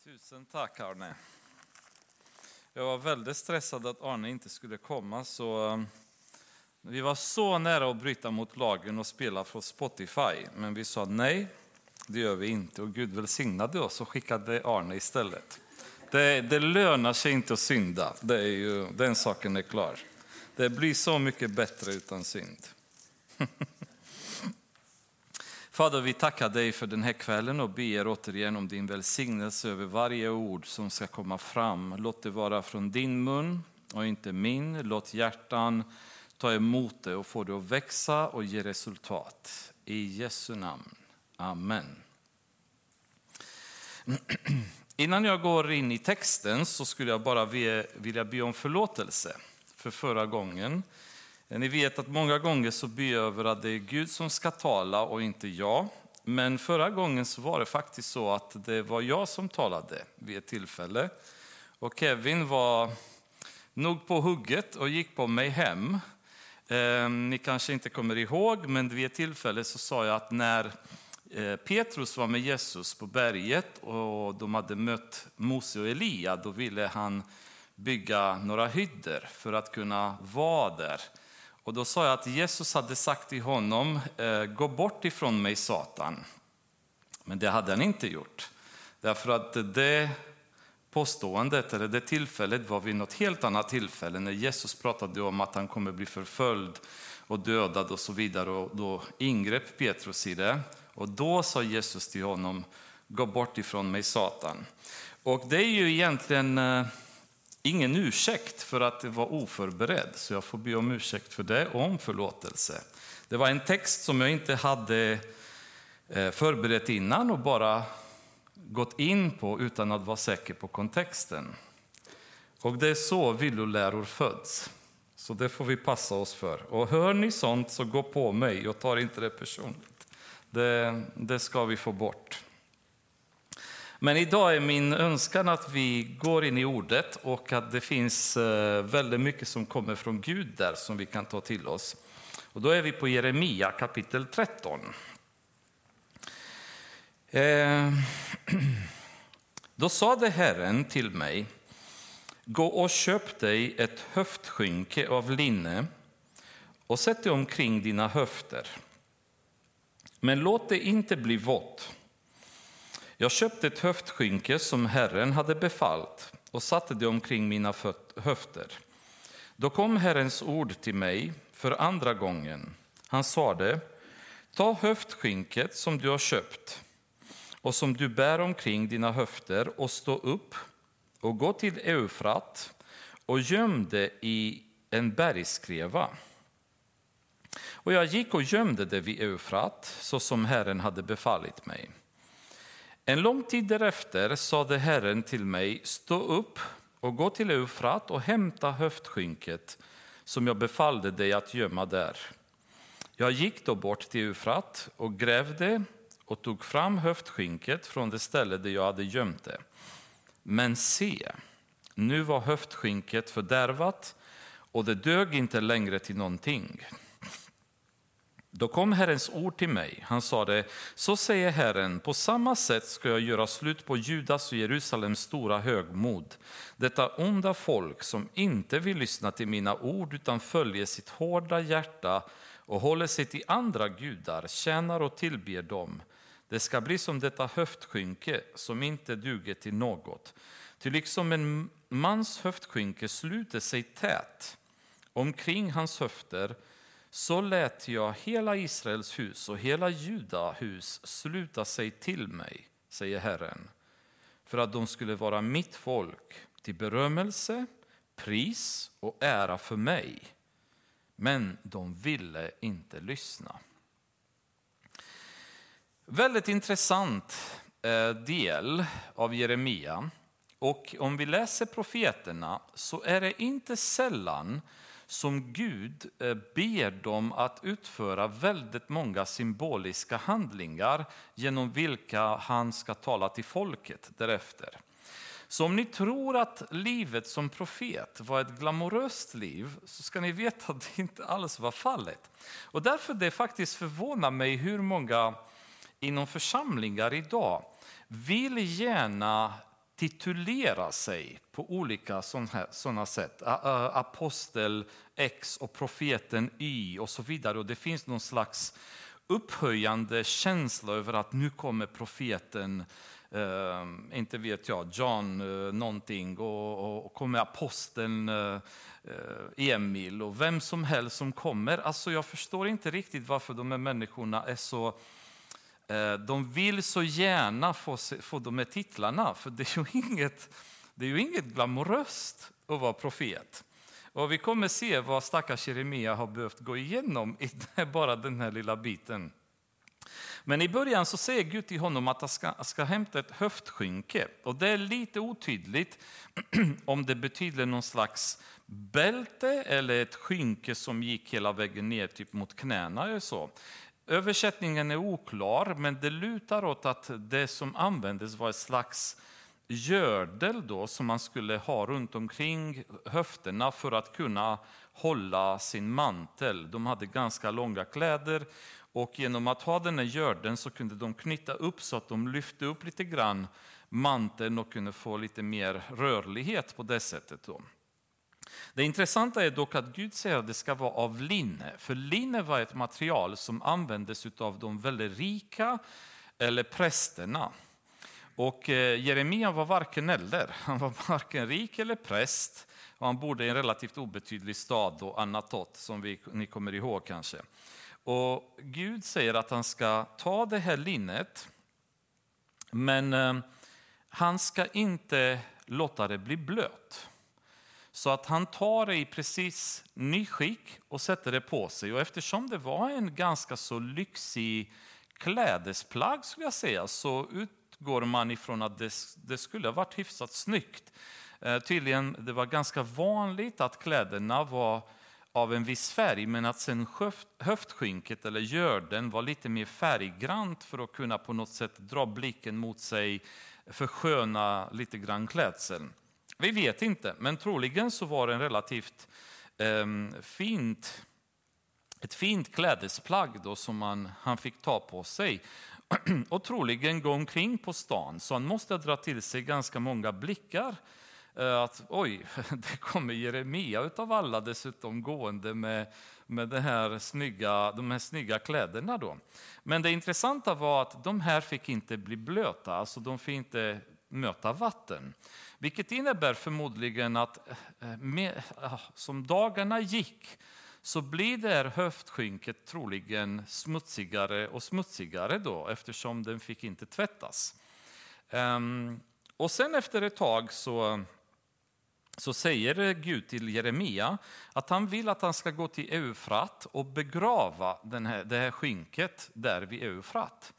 Tusen tack Arne. Jag var väldigt stressad att Arne inte skulle komma, så vi var så nära att bryta mot lagen och spela från Spotify. Men vi sa nej, det gör vi inte. Och Gud välsignade oss och skickade Arne istället. Det lönar sig inte att synda, den saken är klar. Det blir så mycket bättre utan synd. Fader, vi tackar dig för den här kvällen och ber återigen om din välsignelse över varje ord som ska komma fram. Låt det vara från din mun och inte min. Låt hjärtan ta emot det och få det att växa och ge resultat. I Jesu namn. Amen. Innan jag går in i texten så skulle jag bara vilja be om förlåtelse för förra gången. Ni vet att många gånger så ber jag över att det är Gud som ska tala och inte jag. Men förra gången så var det faktiskt så att det var jag som talade vid ett tillfälle. Och Kevin var nog på hugget och gick på mig hem. Ni kanske inte kommer ihåg, men vid ett tillfälle så sa jag att när Petrus var med Jesus på berget och de hade mött Mose och Elia, då ville han bygga några hyddor för att kunna vara där. Och då sa jag att Jesus hade sagt till honom, gå bort ifrån mig Satan. Men det hade han inte gjort. Därför att det påståendet eller det tillfället var vid något helt annat tillfälle. När Jesus pratade om att han kommer bli förföljd och dödad och så vidare. Och då ingrep Petrus i det. Och då sa Jesus till honom, gå bort ifrån mig Satan. Och det är ju egentligen ingen ursäkt för att det var oförberedd, så jag får be om ursäkt för det och om förlåtelse. Det var en text som jag inte hade förberett innan och bara gått in på utan att vara säker på kontexten. Och det är så villoläror föds. Så det får vi passa oss för. Och hör ni sånt så gå på mig och tar inte det personligt. Det ska vi få bort. Men idag är min önskan att vi går in i ordet och att det finns väldigt mycket som kommer från Gud där som vi kan ta till oss. Och då är vi på Jeremia kapitel 13. Då sade Herren till mig, gå och köp dig ett höftskynke av linne och sätt det omkring dina höfter. Men låt det inte bli vått. Jag köpte ett höftskynke som Herren hade befallt och satte det omkring mina höfter. Då kom Herrens ord till mig för andra gången. Han sade, ta höftskynket som du har köpt och som du bär omkring dina höfter och stå upp och gå till Eufrat och göm det i en bergskreva. Och jag gick och gömde det vid Eufrat så som Herren hade befallit mig. En lång tid därefter sade Herren till mig, stå upp och gå till Eufrat och hämta höftskynket som jag befallde dig att gömma där. Jag gick då bort till Eufrat och grävde och tog fram höftskynket från det ställe där jag hade gömt det. Men se, nu var höftskynket fördärvat och det dög inte längre till någonting. Då kom Herrens ord till mig. Han sade, så säger Herren, på samma sätt ska jag göra slut på Judas och Jerusalems stora högmod. Detta onda folk som inte vill lyssna till mina ord utan följer sitt hårda hjärta och håller sig till andra gudar, tjänar och tillber dem. Det ska bli som detta höftskynke som inte duger till något. Ty liksom en mans höftskynke sluter sig tät omkring hans höfter, så lät jag hela Israels hus och hela Juda hus sluta sig till mig, säger Herren, för att de skulle vara mitt folk till berömmelse, pris och ära för mig. Men de ville inte lyssna. Väldigt intressant del av Jeremia. Och om vi läser profeterna så är det inte sällan som Gud ber dem att utföra väldigt många symboliska handlingar genom vilka han ska tala till folket därefter. Så om ni tror att livet som profet var ett glamoröst liv så ska ni veta att det inte alls var fallet. Och därför det faktiskt förvånar mig hur många inom församlingar idag vill gärna titulera sig på olika sådana sätt. Apostel X och profeten Y och så vidare. Och det finns någon slags upphöjande känsla över att nu kommer profeten, inte vet jag, John någonting, och kommer aposteln Emil och vem som helst som kommer. Alltså jag förstår inte riktigt varför de här människorna är så... De vill så gärna få de här titlarna, för det är ju inget glamoröst att vara profet. Och vi kommer se vad stackars Jeremia har behövt gå igenom i bara den här lilla biten. Men i början så säger Gud till honom att han ska hämta ett höftskynke. Och det är lite otydligt om det betyder någon slags bälte eller ett skynke som gick hela vägen ner typ mot knäna eller så. Översättningen är oklar, men det lutar åt att det som användes var ett slags gördel då, som man skulle ha runt omkring höfterna för att kunna hålla sin mantel. De hade ganska långa kläder och genom att ha den här gördeln så kunde de knyta upp så att de lyfte upp lite grann manteln och kunde få lite mer rörlighet på det sättet då. Det intressanta är dock att Gud säger att det ska vara av linne. För linne var ett material som användes av de väldigt rika eller prästerna. Och Jeremia var varken eller. Han var varken rik eller präst. Och han bodde i en relativt obetydlig stad, då, Anatot, som ni kommer ihåg kanske. Och Gud säger att han ska ta det här linnet, men han ska inte låta det bli blöt. Så att han tar det i precis nyskick och sätter det på sig. Och eftersom det var en ganska så lyxig klädesplagg, skulle jag säga, så utgår man ifrån att det skulle ha varit hyfsat snyggt. Tydligen, det var ganska vanligt att kläderna var av en viss färg, men att sen höftskynket eller görden var lite mer färggrant för att kunna på något sätt dra blicken mot sig, försköna lite grann klädseln. Vi vet inte, men troligen så var det en relativt ett fint klädesplagg då som han fick ta på sig och troligen gå omkring på stan. Så han måste dra till sig ganska många blickar. Att oj, det kommer Jeremia utav alla dessutom gående med de här snygga kläderna då. Men det intressanta var att de här fick inte bli blöta, alltså de fick inte möta vatten. Vilket innebär förmodligen att som dagarna gick så blir det här höftskynket troligen smutsigare och smutsigare då, eftersom den fick inte tvättas. Och sen efter ett tag så säger Gud till Jeremia att han vill att han ska gå till Eufrat och begrava det här skynket där vid Eufrat.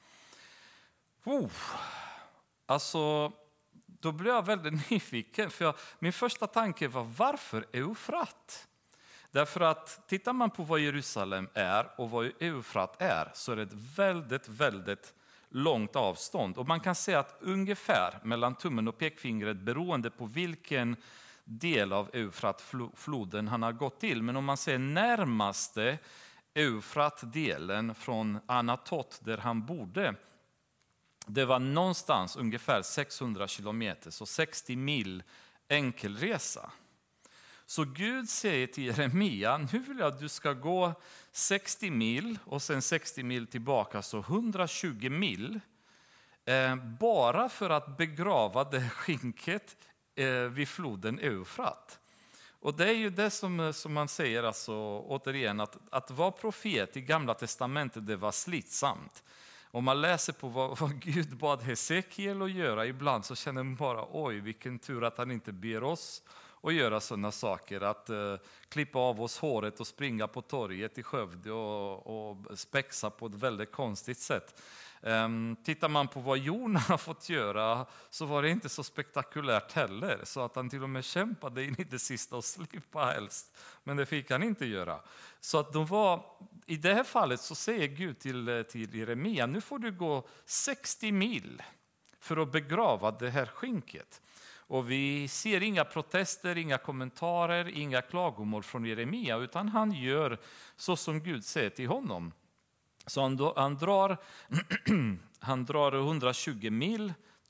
Alltså, då blev jag väldigt nyfiken, för min första tanke var varför Eufrat? Därför att tittar man på vad Jerusalem är och vad Eufrat är så är det ett väldigt, väldigt långt avstånd. Och man kan säga att ungefär mellan tummen och pekfingret, beroende på vilken del av Eufratfloden han har gått till. Men om man ser närmaste Eufrat-delen från Anatot där han bodde, det var någonstans ungefär 600 kilometer, så 60 mil enkelresa. Så Gud säger till Jeremia, nu vill jag att du ska gå 60 mil och sen 60 mil tillbaka, så 120 mil. Bara för att begrava det skynket vid floden Eufrat. Och det är ju det som man säger, alltså, återigen, att vara profet i Gamla testamentet, det var slitsamt. Om man läser på vad Gud bad Hesekiel att göra ibland, så känner man bara, oj vilken tur att han inte ber oss att göra sådana saker. Att klippa av oss håret och springa på torget i Skövde och spexa på ett väldigt konstigt sätt. Tittar man på vad Jona har fått göra så var det inte så spektakulärt heller. Så att han till och med kämpade in i det sista och slippa helst. Men det fick han inte göra. Så att i det här fallet så säger Gud till Jeremia, nu får du gå 60 mil för att begrava det här skynket. Och vi ser inga protester, inga kommentarer, inga klagomål från Jeremia, utan han gör så som Gud säger till honom. Så han drar 120 mil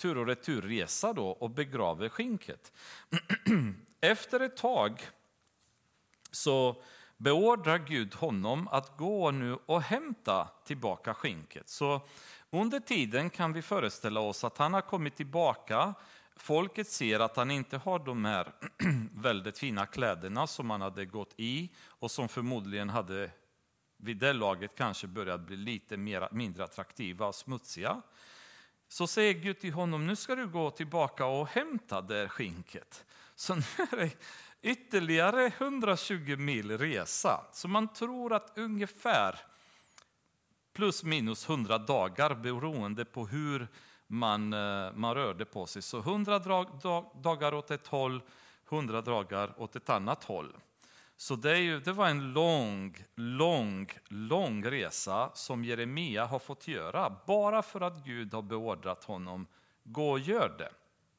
tur och returresa då och begraver skinket. Efter ett tag så beordrar Gud honom att gå nu och hämta tillbaka skinket. Så under tiden kan vi föreställa oss att han har kommit tillbaka. Folket ser att han inte har de här väldigt fina kläderna som han hade gått i och som förmodligen hade vid det laget kanske börjat bli lite mindre attraktiva och smutsiga. Så säger Gud till honom, nu ska du gå tillbaka och hämta det skinket. Så nu är det ytterligare 120 mil resa. Så man tror att ungefär plus minus 100 dagar beroende på hur man rörde på sig. Så 100 dagar åt ett håll, 100 dagar åt ett annat håll. Så det var en lång resa som Jeremia har fått göra. Bara för att Gud har beordrat honom, gå och gör det.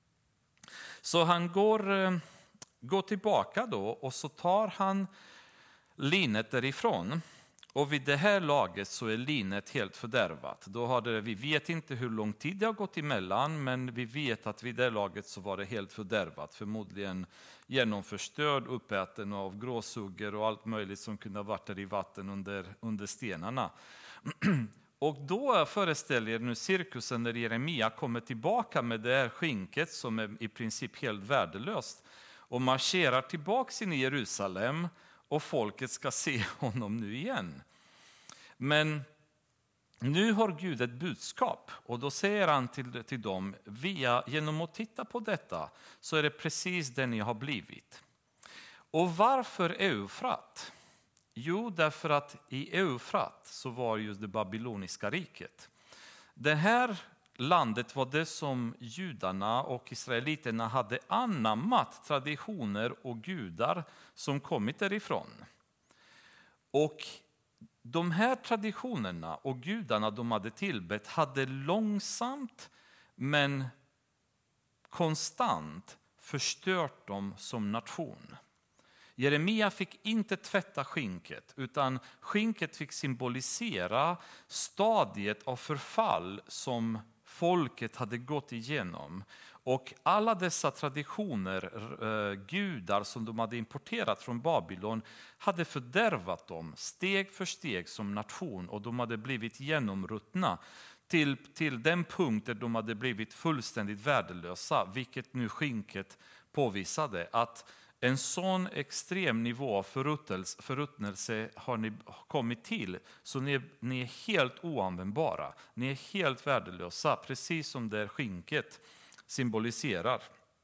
Så han går tillbaka då och så tar han linet därifrån. Och vid det här laget så är linet helt fördärvat. Vi vet inte hur lång tid det har gått emellan, men vi vet att vid det laget så var det helt fördärvat. Förmodligen genomförstörd, uppäten av gråsuggor och allt möjligt som kunde ha varit där i vatten under stenarna. Och då föreställer jag nu cirkusen när Jeremia kommer tillbaka med det här skinket som är i princip helt värdelöst och marscherar tillbaka in i Jerusalem. Och folket ska se honom nu igen. Men nu har Gud ett budskap. Och då säger han till dem, genom att titta på detta så är det precis det ni har blivit. Och varför Eufrat? Jo, därför att i Eufrat så var just det babyloniska riket. Det här landet var det som judarna och israeliterna hade anammat traditioner och gudar som kommit därifrån. Och de här traditionerna och gudarna de hade tillbett hade långsamt men konstant förstört dem som nation. Jeremia fick inte tvätta skinket, utan skinket fick symbolisera stadiet av förfall som folket hade gått igenom. Och alla dessa traditioner, gudar som de hade importerat från Babylon, hade fördärvat dem steg för steg som nation. Och de hade blivit genomruttna till den punkt där de hade blivit fullständigt värdelösa. Vilket nu skinket påvisade att en sån extrem nivå av förruttnelse har ni kommit till, så ni är helt oanvändbara. Ni är helt värdelösa, precis som det skinket symboliserar.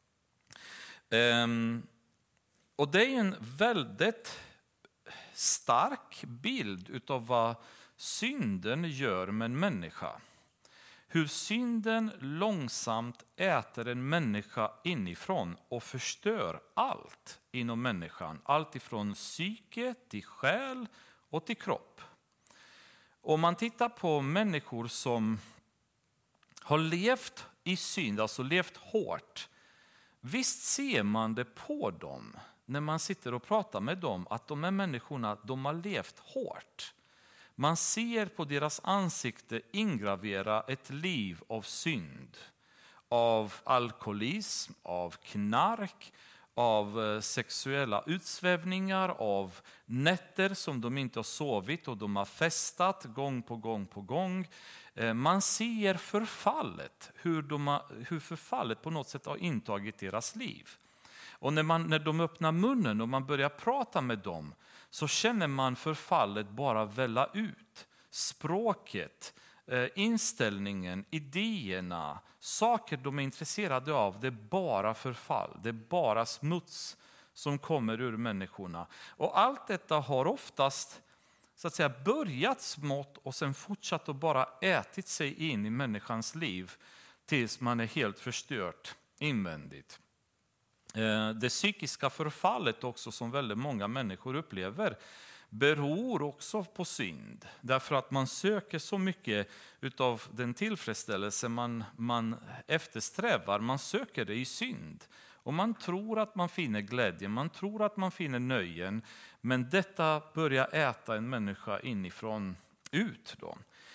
Och det är en väldigt stark bild av vad synden gör med en människa. Hur synden långsamt äter en människa inifrån och förstör allt inom människan. Allt ifrån psyke till själ och till kropp. Om man tittar på människor som har levt i synd, alltså levt hårt. Visst ser man det på dem när man sitter och pratar med dem att de här människorna, de har levt hårt. Man ser på deras ansikte ingravera ett liv av synd, av alkoholism, av knark, av sexuella utsvävningar, av nätter som de inte har sovit och de har festat gång på gång. Man ser förfallet, hur förfallet på något sätt har intagit deras liv. Och när de öppnar munnen och man börjar prata med dem så känner man förfallet bara välla ut. Språket, inställningen, idéerna, saker de är intresserade av, det är bara förfall. Det är bara smuts som kommer ur människorna. Och allt detta har oftast så att säga börjat smått och sen fortsatt att bara ätit sig in i människans liv tills man är helt förstört invändigt. Det psykiska förfallet också som väldigt många människor upplever beror också på synd. Därför att man söker så mycket av den tillfredsställelse man eftersträvar. Man söker det i synd. Och man tror att man finner glädje, man tror att man finner nöjen. Men detta börjar äta en människa inifrån ut då.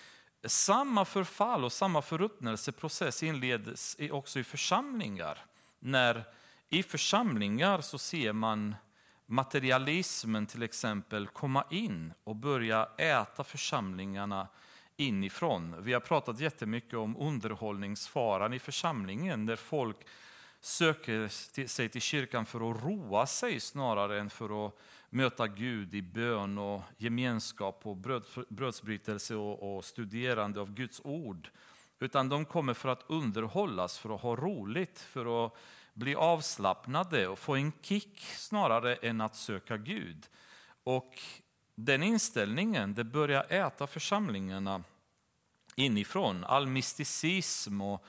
Samma förfall och samma förruttnelseprocess inleds också i församlingar. När i församlingar så ser man materialismen till exempel komma in och börja äta församlingarna inifrån. Vi har pratat jättemycket om underhållningsfaran i församlingen, där folk söker sig till kyrkan för att roa sig snarare än för att möta Gud i bön och gemenskap och brödsbrytelse och studerande av Guds ord. Utan de kommer för att underhållas, för att ha roligt, för att bli avslappnade och få en kick snarare än att söka Gud. Och den inställningen, det börjar äta församlingarna inifrån. All mysticism och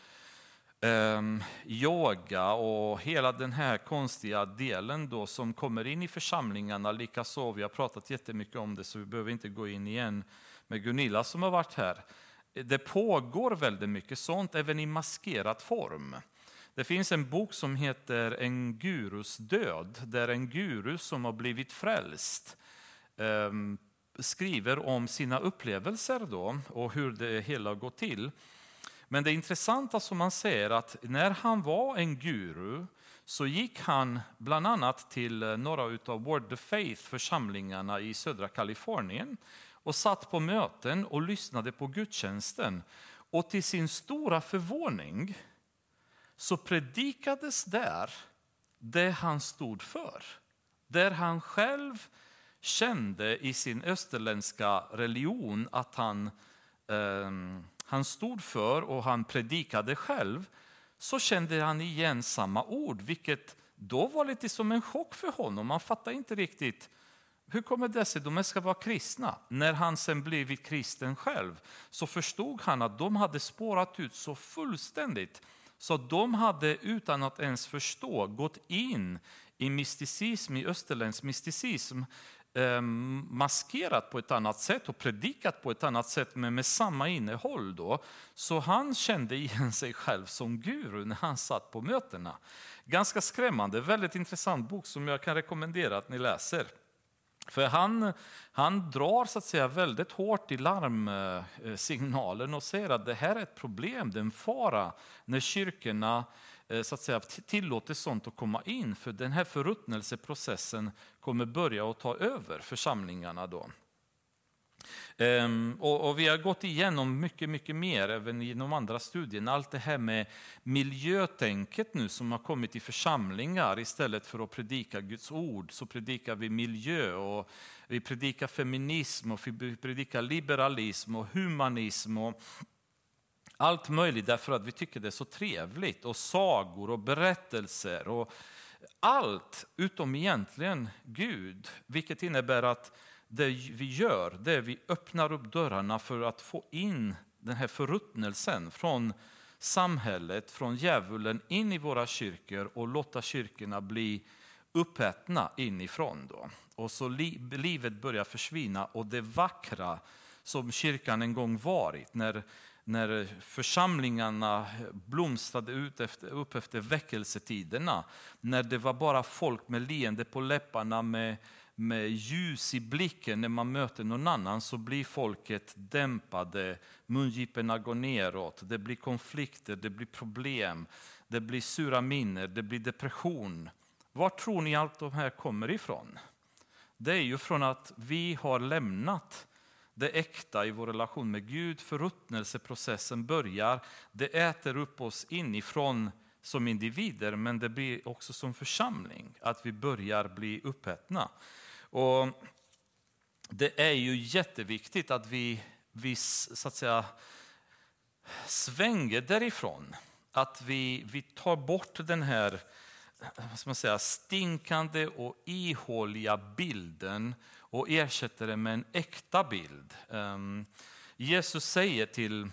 yoga och hela den här konstiga delen då som kommer in i församlingarna, likaså. Vi har pratat jättemycket om det, så vi behöver inte gå in igen med Gunilla som har varit här. Det pågår väldigt mycket sånt, även i maskerad form. Det finns en bok som heter En gurus död, där en guru som har blivit frälst skriver om sina upplevelser då och hur det hela går till. Men det intressanta som man ser att när han var en guru så gick han bland annat till några av Word of Faith-församlingarna i södra Kalifornien och satt på möten och lyssnade på gudstjänsten. Och till sin stora förvåning så predikades där det han stod för. Där han själv kände i sin österländska religion att han stod för och han predikade själv, så kände han igen samma ord, vilket då var lite som en chock för honom. Man fattar inte riktigt, hur kommer det sig? De ska vara kristna. När han sen blivit kristen själv så förstod han att de hade spårat ut så fullständigt, så de hade utan att ens förstå gått in i mysticism, i österländsk mysticism, maskerat på ett annat sätt och predikat på ett annat sätt, men med samma innehåll då. Så han kände igen sig själv som guru när han satt på mötena. Ganska skrämmande, väldigt intressant bok som jag kan rekommendera att ni läser. För han drar så att säga väldigt hårt i larmsignalen och säger att det här är ett problem, det är en fara när kyrkorna så att säga tillåter sånt att komma in, för den här förruttnelseprocessen kommer börja att ta över församlingarna då. Och vi har gått igenom mycket mer även inom andra studier. Allt det här med miljötänket nu som har kommit i församlingar, istället för att predika Guds ord så predikar vi miljö, och vi predikar feminism och vi predikar liberalism och humanism och allt möjligt, därför att vi tycker det är så trevligt, och sagor och berättelser och allt utom egentligen Gud, vilket innebär att det vi gör, det är vi öppnar upp dörrarna för att få in den här förruttnelsen från samhället, från djävulen in i våra kyrkor och låta kyrkorna bli uppätna inifrån då. Och så livet börjar försvinna, och det vackra som kyrkan en gång varit, när församlingarna blomstrade upp efter väckelsetiderna, när det var bara folk med leende på läpparna, med ljus i blicken när man möter någon annan, så blir folket dämpade, mungiporna går neråt, det blir konflikter, det blir problem, det blir sura minner, det blir depression. Var tror ni allt de här kommer ifrån? Det är ju från att vi har lämnat det äkta i vår relation med Gud. Förruttnelseprocessen börjar, det äter upp oss inifrån som individer, men det blir också som församling, att vi börjar bli uppätna. Och det är ju jätteviktigt att vi så att säga svänger därifrån, att vi tar bort den här, vad ska man säga, stinkande och ihåliga bilden och ersätter det med en äkta bild. Jesus säger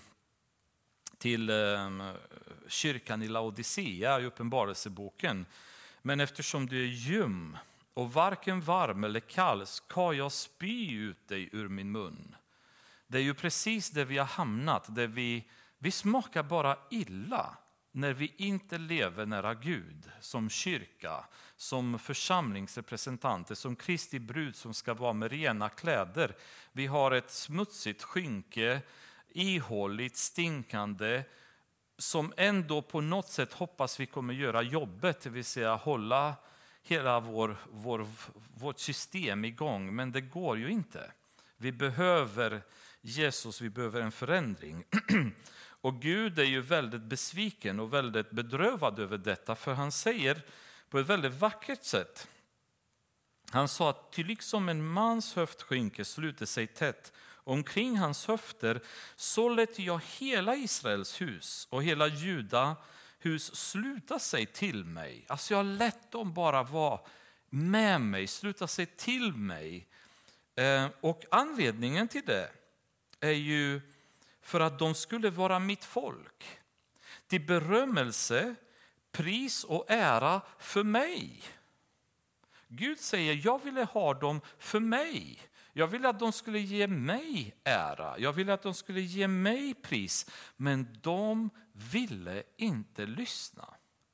till kyrkan i Laodicea i Uppenbarelseboken: men eftersom du är ljum och varken varm eller kall ska jag spy ut dig ur min mun. Det är ju precis där vi har hamnat, där vi smakar bara illa när vi inte lever nära Gud som kyrka, som församlingsrepresentanter, som Kristi brud som ska vara med rena kläder. Vi har ett smutsigt skynke ihåligt, stinkande, som ändå på något sätt hoppas vi kommer göra jobbet, det vill säga hålla hela vårt system igång. Men det går ju inte. Vi behöver Jesus, vi behöver en förändring. Och Gud är ju väldigt besviken och väldigt bedrövad över detta, för han säger på ett väldigt vackert sätt. Han sa att ty liksom en mans höftskynke sluter sig tätt omkring hans höfter, så lät jag hela Israels hus och hela Juda hus sluta sig till mig. Alltså jag lät dem bara vara med mig, sluta sig till mig. Och anledningen till det är ju för att de skulle vara mitt folk. Till berömmelse, pris och ära för mig. Gud säger, jag ville ha dem för mig. Jag ville att de skulle ge mig ära. Jag ville att de skulle ge mig pris. Men de ville inte lyssna.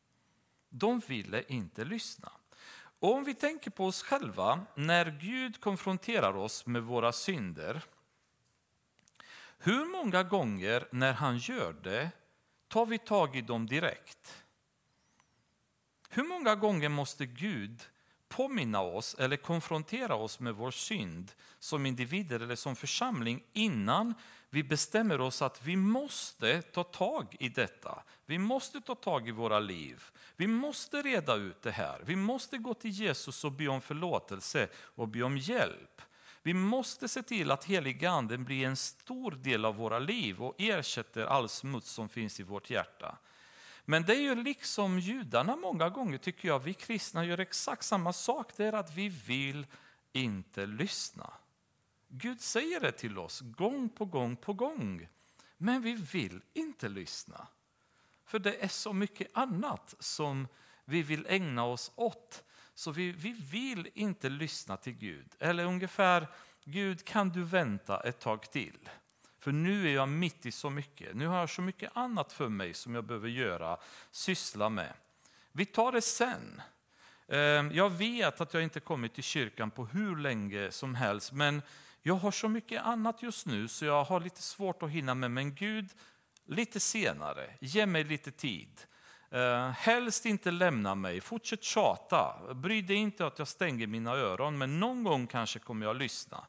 De ville inte lyssna. Och om vi tänker på oss själva, när Gud konfronterar oss med våra synder, hur många gånger när han gör det tar vi tag i dem direkt? Hur många gånger måste Gud påminna oss eller konfrontera oss med vår synd som individer eller som församling innan vi bestämmer oss att vi måste ta tag i detta? Vi måste ta tag i våra liv. Vi måste reda ut det här. Vi måste gå till Jesus och be om förlåtelse och be om hjälp. Vi måste se till att heliga anden blir en stor del av våra liv och ersätter all smuts som finns i vårt hjärta. Men det är ju liksom judarna många gånger, tycker jag, vi kristna gör exakt samma sak. Det är att vi vill inte lyssna. Gud säger det till oss gång på gång på gång. Men vi vill inte lyssna. För det är så mycket annat som vi vill ägna oss åt. Så vi vill inte lyssna till Gud. Eller ungefär, Gud, kan du vänta ett tag till? För nu är jag mitt i så mycket. Nu har jag så mycket annat för mig som jag behöver göra, syssla med. Vi tar det sen. Jag vet att jag inte kommit till kyrkan på hur länge som helst. Men jag har så mycket annat just nu så jag har lite svårt att hinna med. Men Gud, lite senare, ge mig lite tid. Helst inte lämna mig, fortsätt tjata. Bry dig inte att jag stänger mina öron, men någon gång kanske kommer jag lyssna.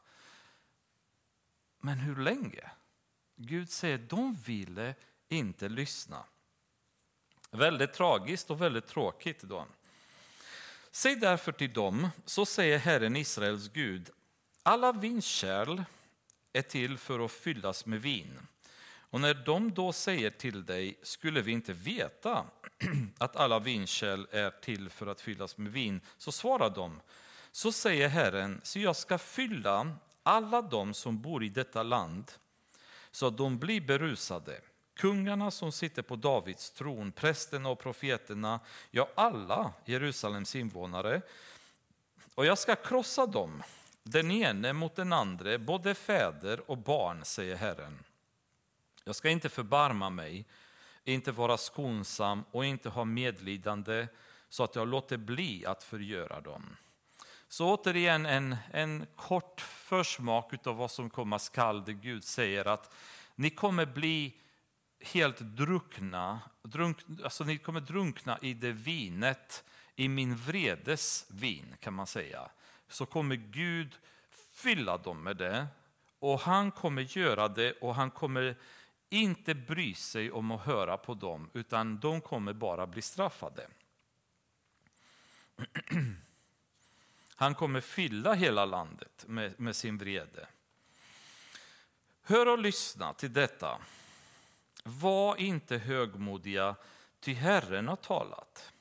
Men hur länge? Gud säger, de ville inte lyssna. Väldigt tragiskt och väldigt tråkigt då. Säg därför till dem, så säger Herren Israels Gud, alla vinkärl är till för att fyllas med vin. Och när de då säger till dig, skulle vi inte veta att alla vinkärl är till för att fyllas med vin, så svarar de, så säger Herren, så jag ska fylla alla de som bor i detta land så att de blir berusade. Kungarna som sitter på Davids tron, prästerna och profeterna, ja alla Jerusalems invånare. Och jag ska krossa dem, den ene mot den andra, både fäder och barn, säger Herren. Jag ska inte förbarma mig, inte vara skonsam och inte ha medlidande så att jag låter bli att förgöra dem. Så återigen en kort försmak av vad som komma skall, där Gud säger att ni kommer bli helt drunkna, alltså ni kommer drunkna i det vinet, i min vredes vin kan man säga. Så kommer Gud fylla dem med det och han kommer göra det och han kommer inte bry sig om att höra på dem, utan de kommer bara bli straffade. Han kommer fylla hela landet med sin vrede. Hör och lyssna till detta. Var inte högmodiga, ty Herren har talat.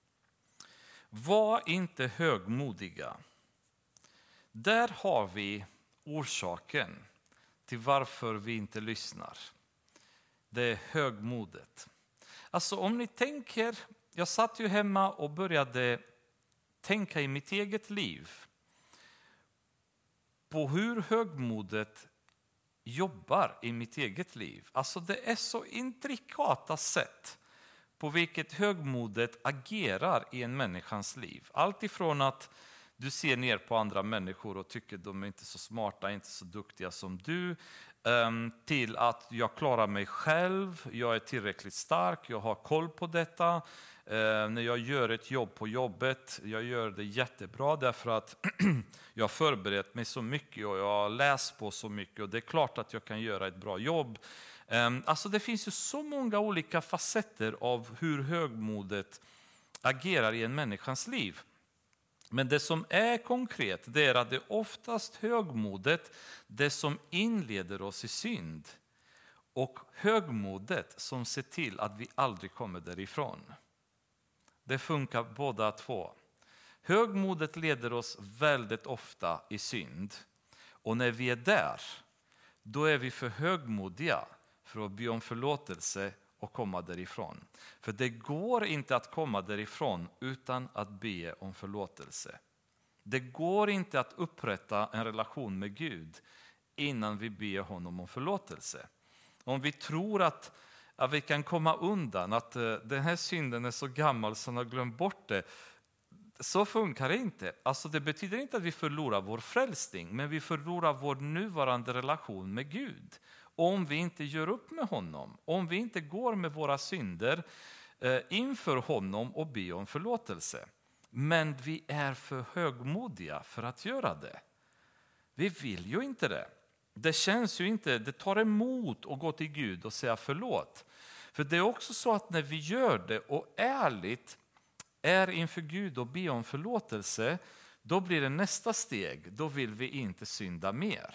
Var inte högmodiga. Där har vi orsaken till varför vi inte lyssnar. Det är högmodet. Alltså om ni tänker, jag satt ju hemma och började tänka i mitt eget liv på hur högmodet jobbar i mitt eget liv. Alltså det är så intrikata sätt på vilket högmodet agerar i en människans liv. Allt ifrån att Du ser ner på andra människor och tycker de är inte så smarta, inte så duktiga som du. Till att jag klarar mig själv, jag är tillräckligt stark, jag har koll på detta. När jag gör ett jobb på jobbet, jag gör det jättebra därför att jag har förberett mig så mycket och jag har läst på så mycket och det är klart att jag kan göra ett bra jobb. Alltså det finns ju så många olika facetter av hur högmodet agerar i en människans liv. Men det som är konkret, det är att det är oftast högmodet, det som inleder oss i synd. Och högmodet som ser till att vi aldrig kommer därifrån. Det funkar båda två. Högmodet leder oss väldigt ofta i synd. Och när vi är där, då är vi för högmodiga för att be om förlåtelse och komma därifrån. För det går inte att komma därifrån utan att be om förlåtelse. Det går inte att upprätta en relation med Gud innan vi ber honom om förlåtelse. Om vi tror att vi kan komma undan, att den här synden är så gammal så han har glömt bort det, så funkar det inte. Alltså det betyder inte att vi förlorar vår frälsning, men vi förlorar vår nuvarande relation med Gud. Om vi inte gör upp med honom, om vi inte går med våra synder inför honom och ber om förlåtelse. Men vi är för högmodiga för att göra det. Vi vill ju inte det. Det känns ju inte, det tar emot att gå till Gud och säga förlåt. För det är också så att när vi gör det och ärligt är inför Gud och ber om förlåtelse, då blir det nästa steg, då vill vi inte synda mer.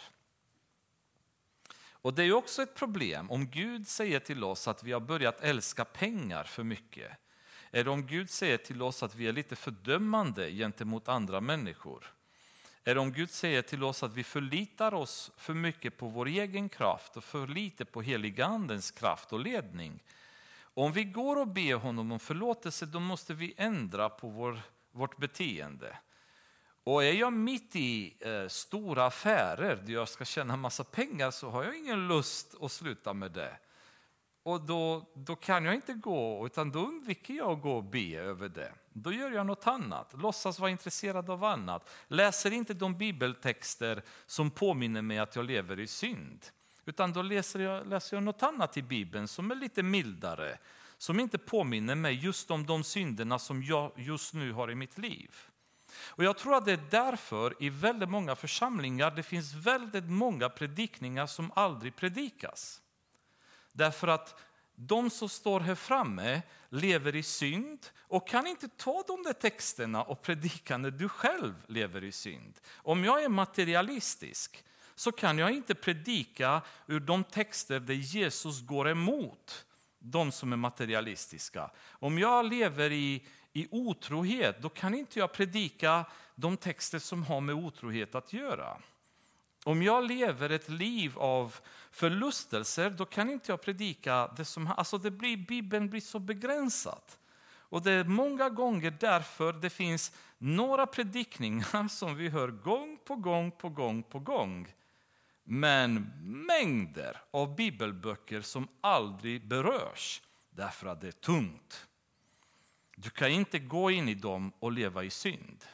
Och det är också ett problem om Gud säger till oss att vi har börjat älska pengar för mycket. Eller om Gud säger till oss att vi är lite fördömande gentemot andra människor. Eller om Gud säger till oss att vi förlitar oss för mycket på vår egen kraft och för lite på heliga andens kraft och ledning. Om vi går och ber honom om förlåtelse, då måste vi ändra på vårt beteende. Och är jag mitt i stora affärer där jag ska tjäna massa pengar, så har jag ingen lust att sluta med det. Och då kan jag inte gå, utan då undviker jag att gå och be över det. Då gör jag något annat, låtsas vara intresserad av annat. Läser inte de bibeltexter som påminner mig att jag lever i synd. Utan då läser jag något annat i Bibeln som är lite mildare. Som inte påminner mig just om de synderna som jag just nu har i mitt liv. Och jag tror att det är därför i väldigt många församlingar det finns väldigt många predikningar som aldrig predikas. Därför att de som står här framme lever i synd och kan inte ta de där texterna och predika när du själv lever i synd. Om jag är materialistisk så kan jag inte predika ur de texter där Jesus går emot de som är materialistiska. Om jag lever i otrohet, då kan inte jag predika de texter som har med otrohet att göra. Om jag lever ett liv av förlustelser, då kan inte jag predika det som... Alltså Bibeln blir så begränsat. Och det är många gånger därför det finns några predikningar som vi hör gång på gång. Men mängder av bibelböcker som aldrig berörs därför att det är tungt. Du kan inte gå in i dem och leva i synd.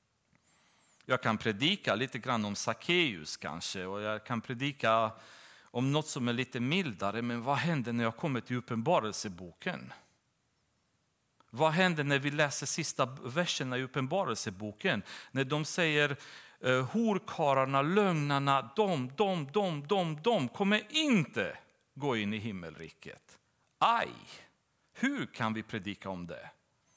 Jag kan predika lite grann om Sackeus kanske, och jag kan predika om något som är lite mildare, men vad händer när jag kommer till Uppenbarelseboken? Vad händer när vi läser sista verserna i Uppenbarelseboken? När de säger horkarlarna, lögnarna, de kommer inte gå in i himmelriket. Aj, hur kan vi predika om det?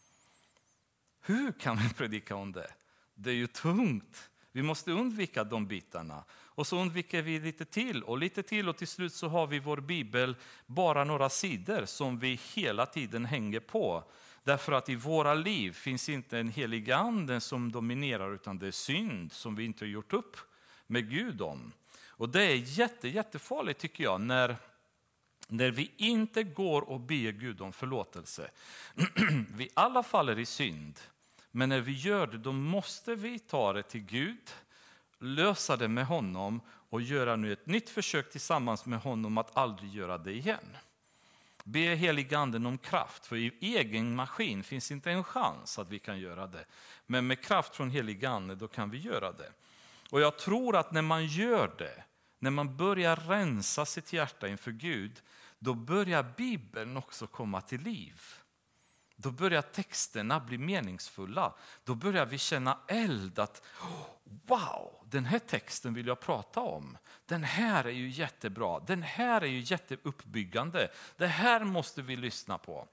Hur kan vi predika om det? Det är ju tungt. Vi måste undvika de bitarna. Och så undviker vi lite till och till slut så har vi vår bibel bara några sidor som vi hela tiden hänger på. Därför att i våra liv finns inte en helig ande som dominerar, utan det är synd som vi inte har gjort upp med Gud om. Och det är jättefarligt tycker jag när vi inte går och ber Gud om förlåtelse. Vi alla faller i synd. Men när vi gör det, då måste vi ta det till Gud, lösa det med honom och göra nu ett nytt försök tillsammans med honom att aldrig göra det igen. Be heliga anden om kraft, för i egen maskin finns inte en chans att vi kan göra det. Men med kraft från heliga ande, då kan vi göra det. Och jag tror att när man gör det, när man börjar rensa sitt hjärta inför Gud, då börjar Bibeln också komma till liv. Då börjar texterna bli meningsfulla. Då börjar vi känna eld att wow, den här texten vill jag prata om. Den här är ju jättebra. Den här är ju jätteuppbyggande. Det här måste vi lyssna på.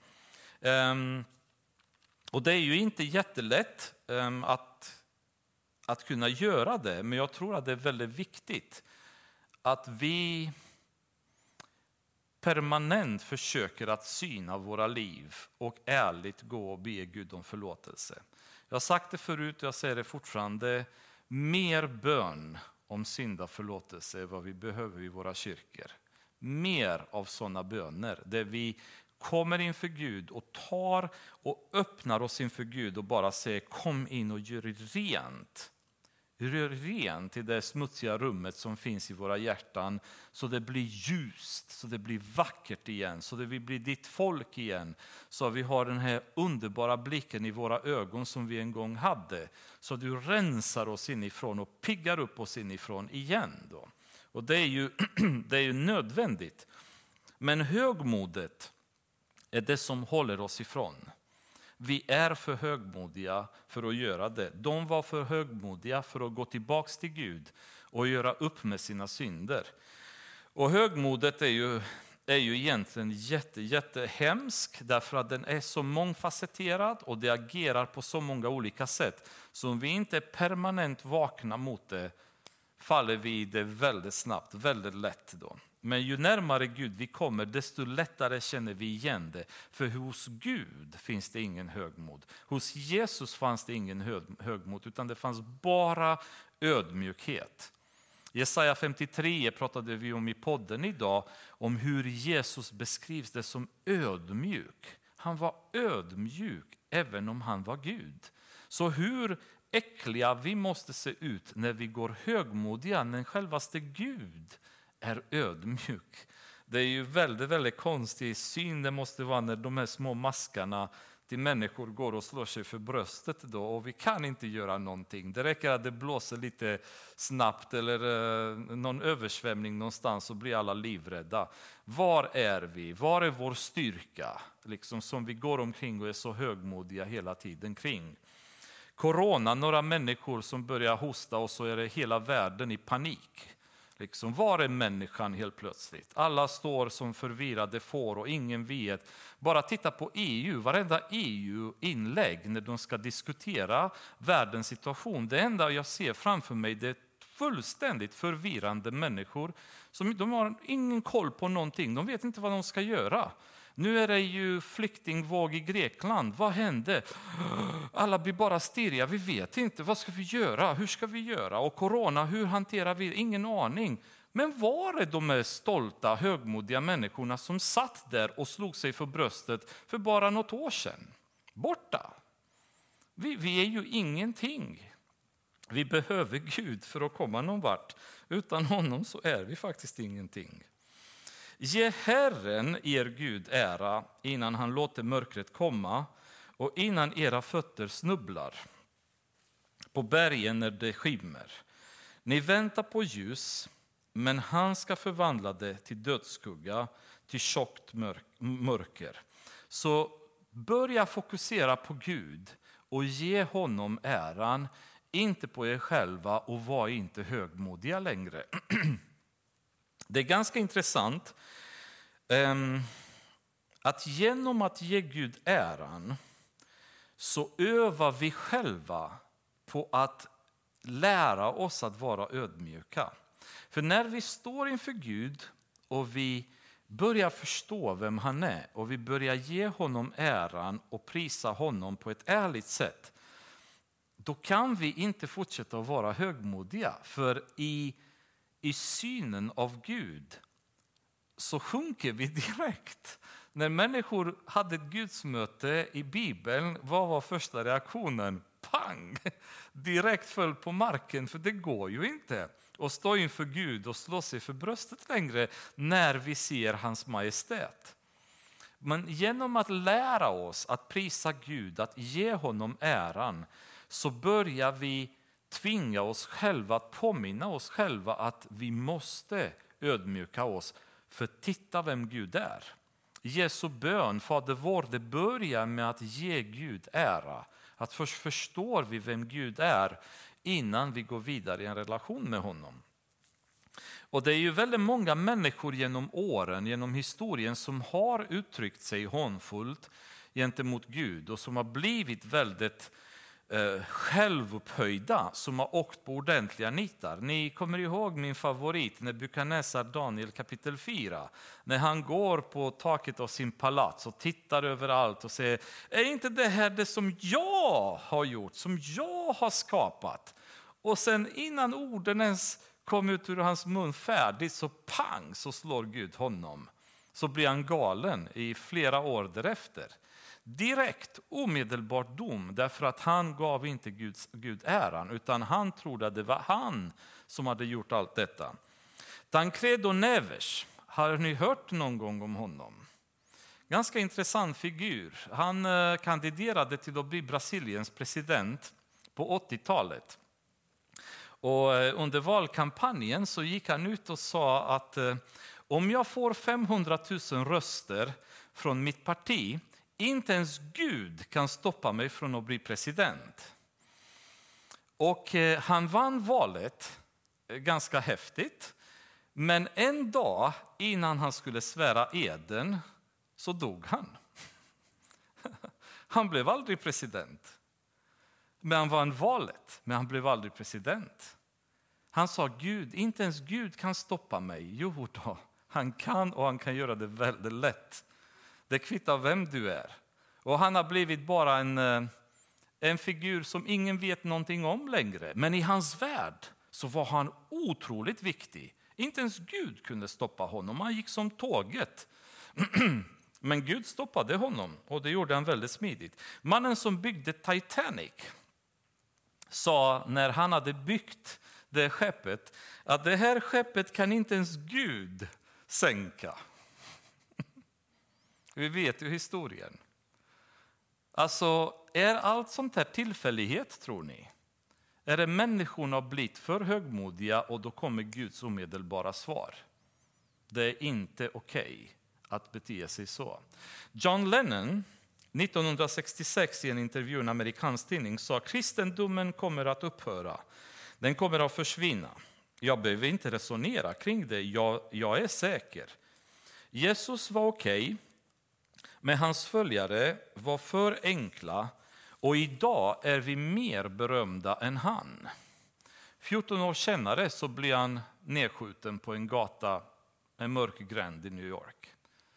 Och det är ju inte jättelätt att kunna göra det. Men jag tror att det är väldigt viktigt att vi permanent försöker att syna våra liv och ärligt gå och be Gud om förlåtelse. Jag har sagt det förut och jag säger det fortfarande. Mer bön om syndaförlåtelse är vad vi behöver i våra kyrkor. Mer av sådana böner där vi kommer inför Gud och tar och öppnar oss inför Gud och bara säger kom in och gör rent. Rör rent i det smutsiga rummet som finns i våra hjärtan så det blir ljust, så det blir vackert igen, så det blir ditt folk igen. Så vi har den här underbara blicken i våra ögon som vi en gång hade. Så du rensar oss inifrån och piggar upp oss inifrån igen då. Och det är ju nödvändigt. Men högmodet är det som håller oss ifrån. Vi är för högmodiga för att göra det. De var för högmodiga för att gå tillbaka till Gud och göra upp med sina synder. Och högmodet är ju egentligen jättehemsk därför att den är så mångfacetterad och det agerar på så många olika sätt. Så om vi inte är permanent vakna mot det faller vi i det väldigt snabbt, väldigt lätt då. Men ju närmare Gud vi kommer, desto lättare känner vi igen det. För hos Gud finns det ingen högmod. Hos Jesus fanns det ingen högmod, utan det fanns bara ödmjukhet. Jesaja 53 pratade vi om i podden idag, om hur Jesus beskrivs det som ödmjuk. Han var ödmjuk även om han var Gud. Så hur äckliga vi måste se ut när vi går högmodiga, när självaste Gud är ödmjuk. Det är ju väldigt konstig syn det måste vara när de här små maskarna till människor går och slår sig för bröstet då och vi kan inte göra någonting. Det räcker att det blåser lite snabbt eller någon översvämning någonstans så blir alla livrädda. Var är vi? Var är vår styrka? Liksom som vi går omkring och är så högmodiga hela tiden kring. Corona, några människor som börjar hosta och så är det hela världen i panik. Liksom, var är människan helt plötsligt? Alla står som förvirrade får och ingen vet. Bara titta på EU, varenda EU-inlägg när de ska diskutera världens situation. Det enda jag ser framför mig det är fullständigt förvirrande människor. De har ingen koll på någonting, de vet inte vad de ska göra. Nu är det ju flyktingvåg i Grekland. Vad hände? Alla blir bara stirriga. Vi vet inte. Vad ska vi göra? Hur ska vi göra? Och corona, hur hanterar vi? Ingen aning. Men var är de stolta, högmodiga människorna som satt där och slog sig för bröstet för bara något år sedan? Borta. Vi är ju ingenting. Vi behöver Gud för att komma någon vart. Utan honom så är vi faktiskt ingenting. Ge Herren er Gud ära innan han låter mörkret komma och innan era fötter snubblar på bergen när det skimmer. Ni väntar på ljus, men han ska förvandla det till dödsskugga, till tjockt mörker. Så börja fokusera på Gud och ge honom äran, inte på er själva och var inte högmodiga längre. Det är ganska intressant att genom att ge Gud äran så övar vi själva på att lära oss att vara ödmjuka. För när vi står inför Gud och vi börjar förstå vem han är och vi börjar ge honom äran och prisa honom på ett ärligt sätt, då kan vi inte fortsätta att vara högmodiga. För i synen av Gud så sjunker vi direkt. När människor hade ett gudsmöte i Bibeln, vad var första reaktionen? Pang! Direkt föll på marken, för det går ju inte att stå inför Gud och slå sig för bröstet längre när vi ser hans majestät. Men genom att lära oss att prisa Gud, att ge honom äran, så börjar vi tvinga oss själva att påminna oss själva att vi måste ödmjuka oss. För titta vem Gud är. Jesu bön, Fader vår, det börjar med att ge Gud ära. Att först förstår vi vem Gud är innan vi går vidare i en relation med honom. Och det är ju väldigt många människor genom åren, genom historien, som har uttryckt sig hånfullt gentemot Gud och som har blivit väldigt självupphöjda, som har åkt på ordentliga nitar. Ni kommer ihåg min favorit, Nebukadnessar, Daniel kapitel 4, när han går på taket av sin palats och tittar överallt och säger: är inte det här det som jag har gjort, som jag har skapat? Och sen innan orden ens kom ut ur hans mun färdigt, så pang, så slår Gud honom. Så blir han galen i flera år därefter. Direkt, omedelbart dom, därför att han gav inte Gud äran, utan han trodde att det var han som hade gjort allt detta. Tancredo Neves, har ni hört någon gång om honom? Ganska intressant figur. Han kandiderade till att bli Brasiliens president på 80-talet. Och under valkampanjen så gick han ut och sa att om jag får 500 000 röster från mitt parti, inte ens Gud kan stoppa mig från att bli president. Och han vann valet ganska häftigt. Men en dag innan han skulle svära eden så dog han. Han blev aldrig president. Men han vann valet, men han blev aldrig president. Han sa: Gud, inte ens Gud kan stoppa mig. Jo då, han kan, och han kan göra det väldigt lätt. Det kvittar vem du är. Och han har blivit bara en figur som ingen vet någonting om längre. Men i hans värld så var han otroligt viktig. Inte ens Gud kunde stoppa honom. Han gick som tåget. Men Gud stoppade honom, och det gjorde han väldigt smidigt. Mannen som byggde Titanic sa när han hade byggt det skeppet att det här skeppet kan inte ens Gud sänka. Vi vet ju historien. Alltså, är allt sånt här tillfällighet, tror ni? Är det människorna har blivit för högmodiga och då kommer Guds omedelbara svar? Det är inte okej att bete sig så. John Lennon 1966 i en intervju i en amerikansk tidning sa: kristendomen kommer att upphöra. Den kommer att försvinna. Jag behöver inte resonera kring det. Jag är säker. Jesus var okej, men hans följare var för enkla, och idag är vi mer berömda än han. 14 år senare så blir han nedskjuten på en gata, en mörk gränd i New York.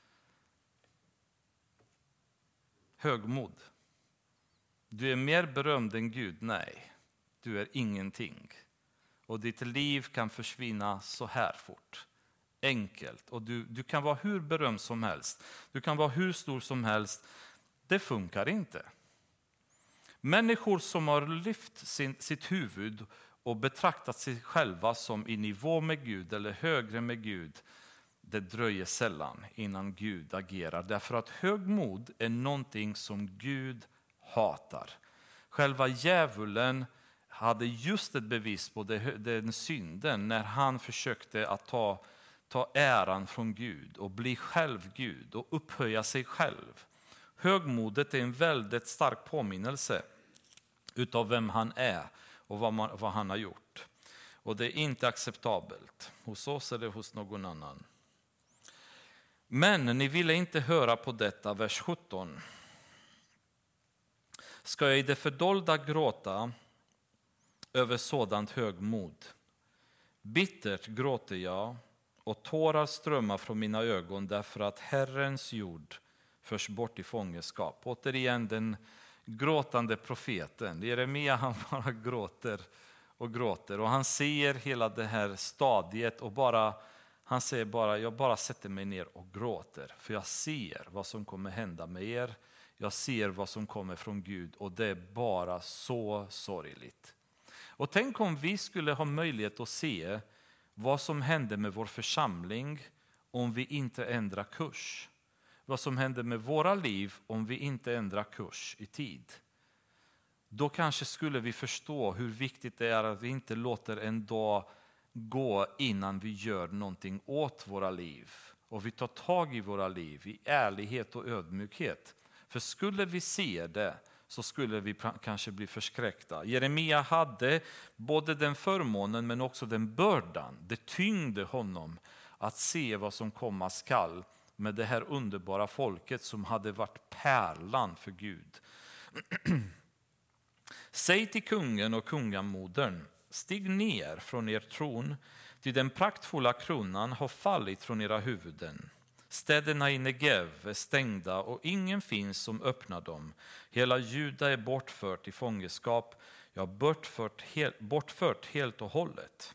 Högmod. Du är mer berömd än Gud. Nej, du är ingenting. Och ditt liv kan försvinna så här fort. Enkelt. Och du kan vara hur berömd som helst. Du kan vara hur stor som helst. Det funkar inte. Människor som har lyft sitt huvud och betraktat sig själva som i nivå med Gud eller högre med Gud, det dröjer sällan innan Gud agerar. Därför att högmod är någonting som Gud hatar. Själva djävulen hade just ett bevis på den synden när han försökte att ta äran från Gud och bli själv Gud och upphöja sig själv. Högmodet är en väldigt stark påminnelse utav vem han är och vad han har gjort. Och det är inte acceptabelt hos oss eller hos någon annan. Men ni ville inte höra på detta, vers 17. Ska jag i det fördolda gråta över sådant högmod? Bittert gråter jag och tårar strömmar från mina ögon därför att Herrens jord förs bort i fångenskap. Återigen den gråtande profeten. Jeremia, han bara gråter och gråter. Och han ser hela det här stadiet och han säger bara: jag bara sätter mig ner och gråter. För jag ser vad som kommer hända med er. Jag ser vad som kommer från Gud, och det är bara så sorgligt. Och tänk om vi skulle ha möjlighet att se vad som händer med vår församling om vi inte ändrar kurs. vad som händer med våra liv om vi inte ändrar kurs i tid. Då kanske skulle vi förstå hur viktigt det är att vi inte låter en dag gå innan vi gör någonting åt våra liv. Och vi tar tag i våra liv i ärlighet och ödmjukhet. För skulle vi se det så skulle vi kanske bli förskräckta. Jeremia hade både den förmånen men också den bördan. Det tyngde honom att se vad som komma skall med det här underbara folket som hade varit pärlan för Gud. Säg till kungen och kungamodern, stig ner från er tron, till den praktfulla kronan har fallit från era huvuden. Städerna i Negev är stängda och ingen finns som öppnar dem. Hela Juda är bortfört i fångenskap, ja, bortfört helt och hållet.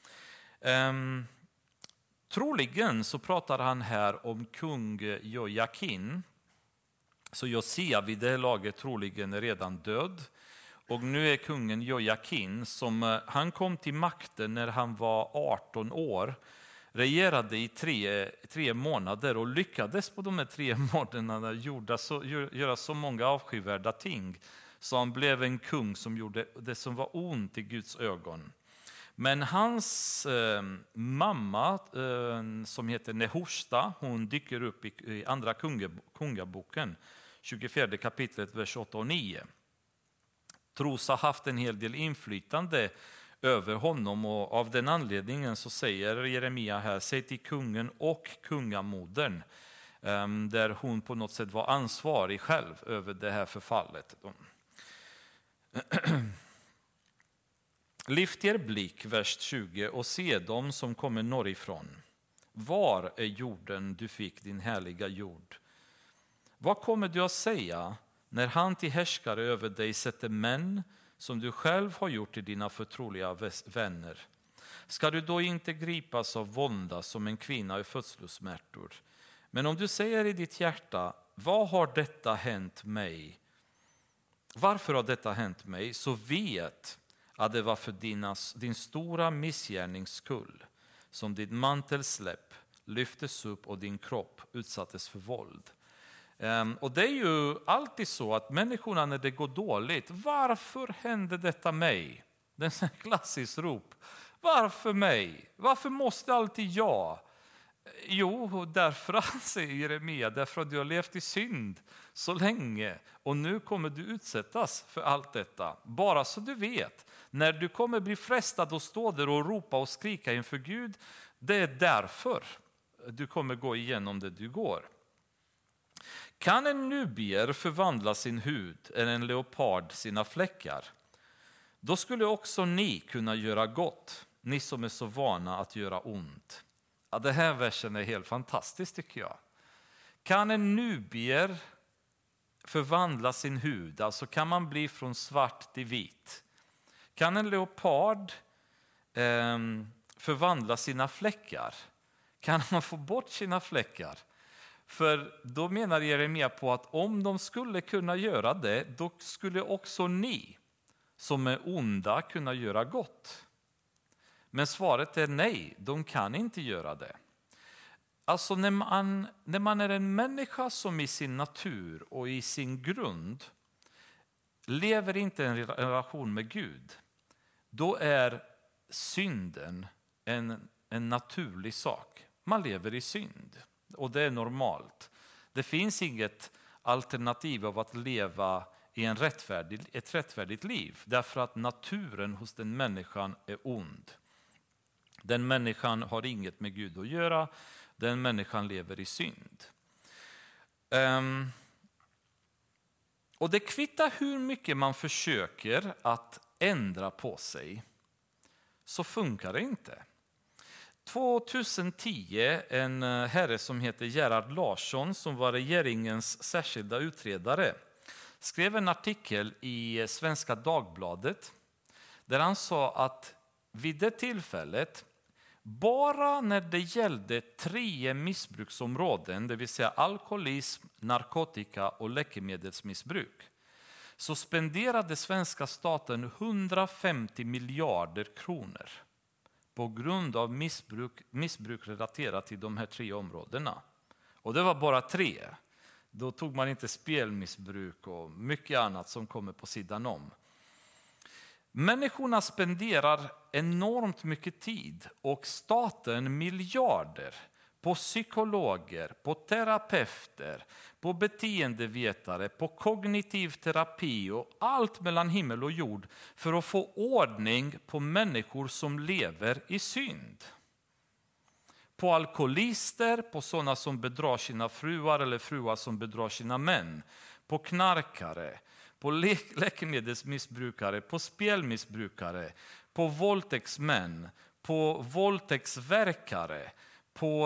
Troligen så pratar han här om kung Jojakin. Så Josia vid det laget troligen är redan död. Och nu är kungen Jojakin, som han kom till makten när han var 18 år, regerade i tre månader och lyckades på de här 3 månaderna göra så många avskyvärda ting. Så han blev en kung som gjorde det som var ont i Guds ögon. Men hans mamma, som heter Nehushta, hon dyker upp i andra kungaboken, 24 kapitlet, vers 8 och 9. Tros ha haft en hel del inflytande över honom, och av den anledningen så säger Jeremia här, säg till kungen och kungamodern, där hon på något sätt var ansvarig själv över det här förfallet. Lyft er blick, vers 20, och se dem som kommer norrifrån. Var är jorden du fick, din härliga jord? Vad kommer du att säga när han till härskare över dig sätter män som du själv har gjort till dina förtroliga vänner? Ska du då inte gripas av vånda som en kvinna i födslosmärtor? Men om du säger i ditt hjärta, vad har detta hänt mig? Varför har detta hänt mig? Så vet att det var för din stora missgärnings skull som ditt mantelsläpp lyftes upp och din kropp utsattes för våld. Och det är ju alltid så att människorna, när det går dåligt, varför hände detta mig? Det är en klassisk rop. Varför mig? Varför måste alltid jag? Jo, därför att, säger Jeremia, därför att du har levt i synd så länge och nu kommer du utsättas för allt detta. Bara så du vet, när du kommer bli frestad och stå där och ropa och skrika inför Gud, det är därför du kommer gå igenom det du går. Kan en nubier förvandla sin hud eller en leopard sina fläckar? Då skulle också ni kunna göra gott, ni som är så vana att göra ont. Ja, det här versen är helt fantastisk tycker jag. Kan en nubier förvandla sin hud, alltså kan man bli från svart till vit? Kan en leopard förvandla sina fläckar? Kan man få bort sina fläckar? För då menar Jeremia på att om de skulle kunna göra det, då skulle också ni som är onda kunna göra gott. Men svaret är nej, de kan inte göra det. Alltså när man är en människa som i sin natur och i sin grund lever inte en relation med Gud, då är synden en naturlig sak. Man lever i synd och det är normalt. Det finns inget alternativ av att leva i ett rättfärdigt liv, därför att naturen hos den människan är ond. Den människan har inget med Gud att göra. Den människan lever i synd. Och det kvittar hur mycket man försöker att ändra på sig, så funkar det inte. 2010, en herre som heter Gerhard Larsson, som var regeringens särskilda utredare, skrev en artikel i Svenska Dagbladet där han sa att vid det tillfället, bara när det gällde 3 missbruksområden, det vill säga alkoholism, narkotika och läkemedelsmissbruk, så spenderade svenska staten 150 miljarder kronor på grund av missbruk relaterat till de här 3 områdena. Och det var bara 3. Då tog man inte spelmissbruk och mycket annat som kommer på sidan om. Människorna spenderar enormt mycket tid och staten miljarder på psykologer, på terapeuter, på beteendevetare, på kognitiv terapi och allt mellan himmel och jord för att få ordning på människor som lever i synd. På alkoholister, på sådana som bedrar sina fruar eller fruar som bedrar sina män, på knarkare, på läkemedelsmissbrukare, på spelmissbrukare, på våldtäktsmän, på våldtäktsverkare, på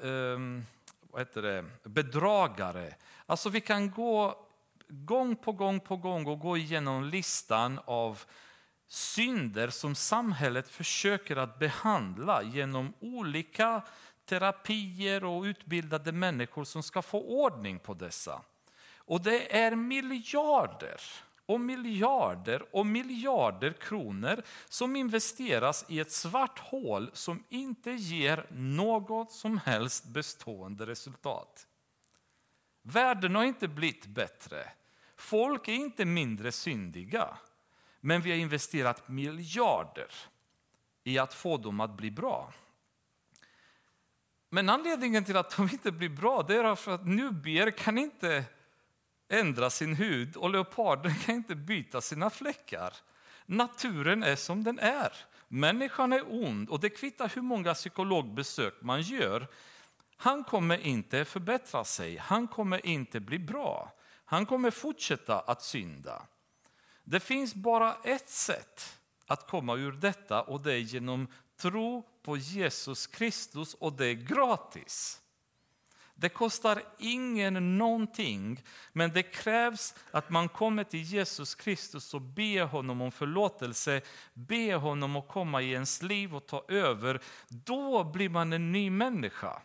bedragare. Alltså vi kan gå gång på gång och gå igenom listan av synder som samhället försöker att behandla genom olika terapier och utbildade människor som ska få ordning på dessa. Och det är miljarder och miljarder och miljarder kronor som investeras i ett svart hål som inte ger något som helst bestående resultat. Världen har inte blivit bättre. Folk är inte mindre syndiga. Men vi har investerat miljarder i att få dem att bli bra. Men anledningen till att de inte blir bra, det är för att nubier kan inte ändra sin hud och leoparden kan inte byta sina fläckar. Naturen är som den är. Människan är ond och det kvittar hur många psykologbesök man gör. Han kommer inte förbättra sig. Han kommer inte bli bra. Han kommer fortsätta att synda. Det finns bara ett sätt att komma ur detta och det är genom tro på Jesus Kristus och det är gratis. Det kostar ingen någonting, men det krävs att man kommer till Jesus Kristus och ber honom om förlåtelse, ber honom att komma i ens liv och ta över. Då blir man en ny människa.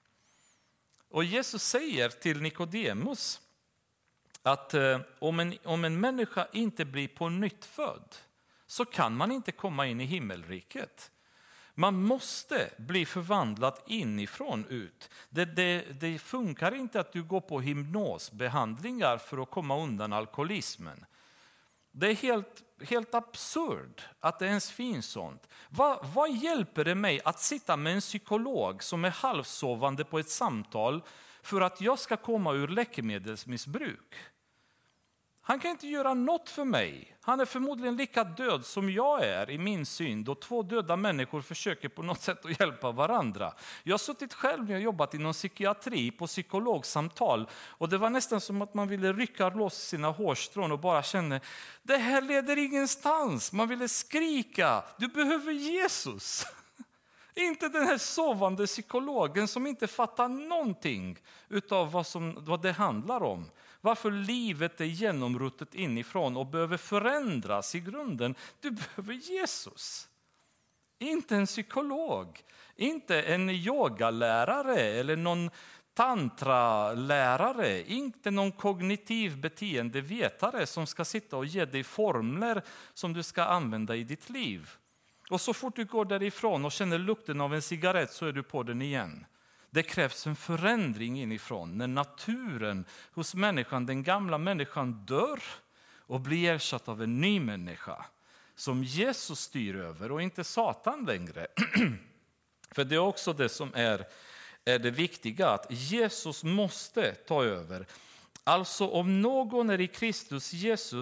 Och Jesus säger till Nikodemus att om en människa inte blir på nytt född så kan man inte komma in i himmelriket. Man måste bli förvandlad inifrån ut. Det funkar inte att du går på hypnosbehandlingar för att komma undan alkoholismen. Det är helt absurd att det ens finns sånt. Vad hjälper det mig att sitta med en psykolog som är halvsovande på ett samtal för att jag ska komma ur läkemedelsmissbruk? Han kan inte göra något för mig. Han är förmodligen lika död som jag är i min synd och två döda människor försöker på något sätt att hjälpa varandra. Jag har suttit själv när jag jobbat inom psykiatri på psykologsamtal och det var nästan som att man ville rycka loss sina hårstrån och bara känna det här leder ingenstans. Man ville skrika, du behöver Jesus. Inte den här sovande psykologen som inte fattar någonting utav vad det handlar om. Varför livet är genomruttet inifrån och behöver förändras i grunden. Du behöver Jesus. Inte en psykolog. Inte en yogalärare eller någon tantralärare. Inte någon kognitiv beteendevetare som ska sitta och ge dig formler som du ska använda i ditt liv. Och så fort du går därifrån och känner lukten av en cigarett så är du på den igen. Det krävs en förändring inifrån när naturen hos människan, den gamla människan dör och blir ersatt av en ny människa som Jesus styr över och inte Satan längre. För det är också det som är det viktiga, att Jesus måste ta över. Alltså om någon är i Kristus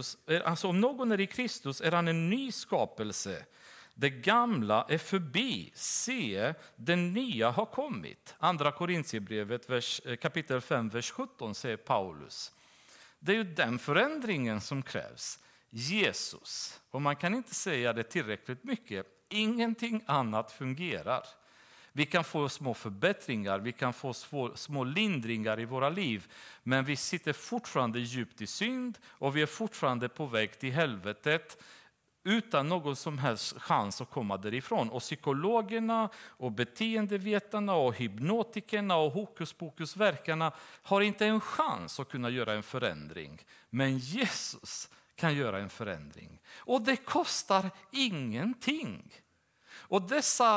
är han en ny skapelse. Det gamla är förbi, se, den nya har kommit. Andra Korintierbrevet kapitel 5, vers 17 säger Paulus. Det är ju den förändringen som krävs. Jesus, och man kan inte säga det tillräckligt mycket, ingenting annat fungerar. Vi kan få små förbättringar, vi kan få små lindringar i våra liv, men vi sitter fortfarande djupt i synd och vi är fortfarande på väg till helvetet utan någon som helst chans att komma därifrån. Och psykologerna och beteendevetarna och hypnotikerna och hokuspokusverkarna har inte en chans att kunna göra en förändring. Men Jesus kan göra en förändring. Och det kostar ingenting. Och dessa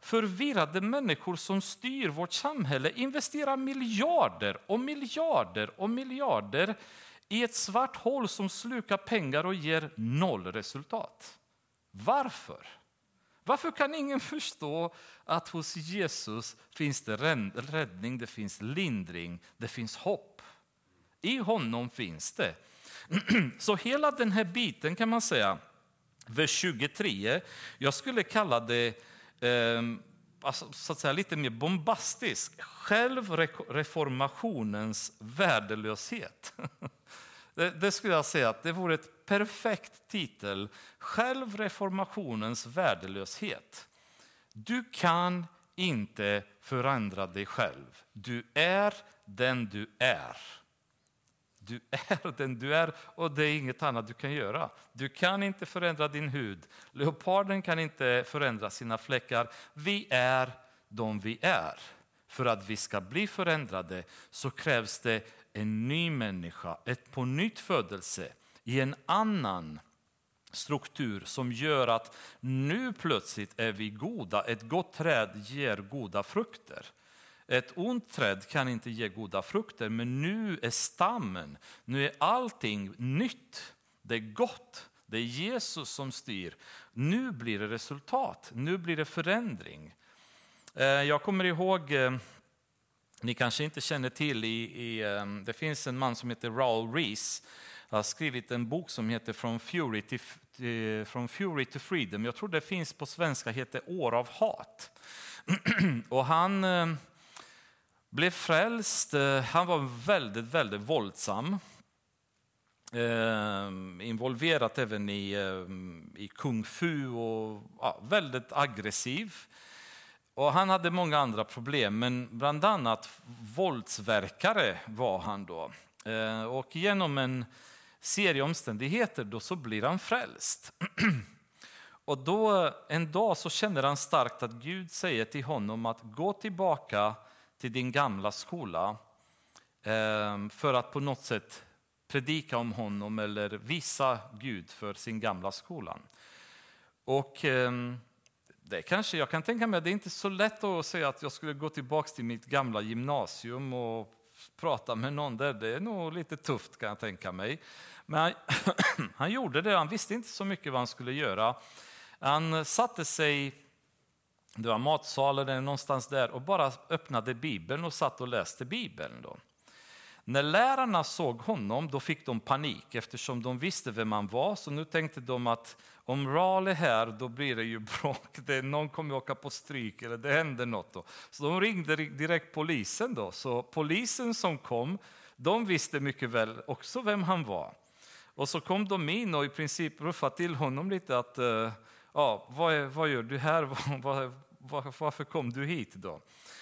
förvirrade människor som styr vårt samhälle investerar miljarder och miljarder och miljarder i ett svart hål som slukar pengar och ger noll resultat. Varför? Varför kan ingen förstå att hos Jesus finns det räddning, det finns lindring, det finns hopp. I honom finns det. Så hela den här biten kan man säga, vers 23, jag skulle kalla det alltså, så att säga, lite mer bombastisk. Självreformationens värdelöshet. Det skulle jag säga att det vore ett perfekt titel. Självreformationens värdelöshet. Du kan inte förändra dig själv. Du är den du är. Du är den du är och det är inget annat du kan göra. Du kan inte förändra din hud. Leoparden kan inte förändra sina fläckar. Vi är de vi är. För att vi ska bli förändrade så krävs det en ny människa, ett på nytt födelse i en annan struktur som gör att nu plötsligt är vi goda. Ett gott träd ger goda frukter. Ett ont träd kan inte ge goda frukter, men nu är stammen, nu är allting nytt. Det är gott, det är Jesus som styr. Nu blir det resultat, nu blir det förändring. Jag kommer ihåg, ni kanske inte känner till, det finns en man som heter Raul Ries. Han har skrivit en bok som heter From Fury to Freedom. Jag tror det finns på svenska, heter År av hat. Och han blev frälst. Han var väldigt, väldigt våldsam. Involverat även i kung fu och väldigt aggressiv. Och han hade många andra problem, men bland annat våldsverkare var han då. Och genom en serie omständigheter då så blir han frälst. Och då en dag så känner han starkt att Gud säger till honom att gå tillbaka till din gamla skola för att på något sätt predika om honom eller visa Gud för sin gamla skolan. Och det kanske, jag kan tänka mig att det är inte så lätt att säga att jag skulle gå tillbaka till mitt gamla gymnasium och prata med någon där. Det är nog lite tufft, kan jag tänka mig. Men han gjorde det, han visste inte så mycket vad han skulle göra. Han satte sig, det var matsalen eller någonstans där, och bara öppnade Bibeln och satt och läste Bibeln då. När lärarna såg honom då fick de panik eftersom de visste vem han var. Så nu tänkte de att om Raul är här då blir det ju bråk. Någon kommer åka på stryk eller det händer något då. Så de ringde direkt polisen då. Så polisen som kom, de visste mycket väl också vem han var. Och så kom de in och i princip ruffade till honom lite att vad gör du här? Varför kom du hit då?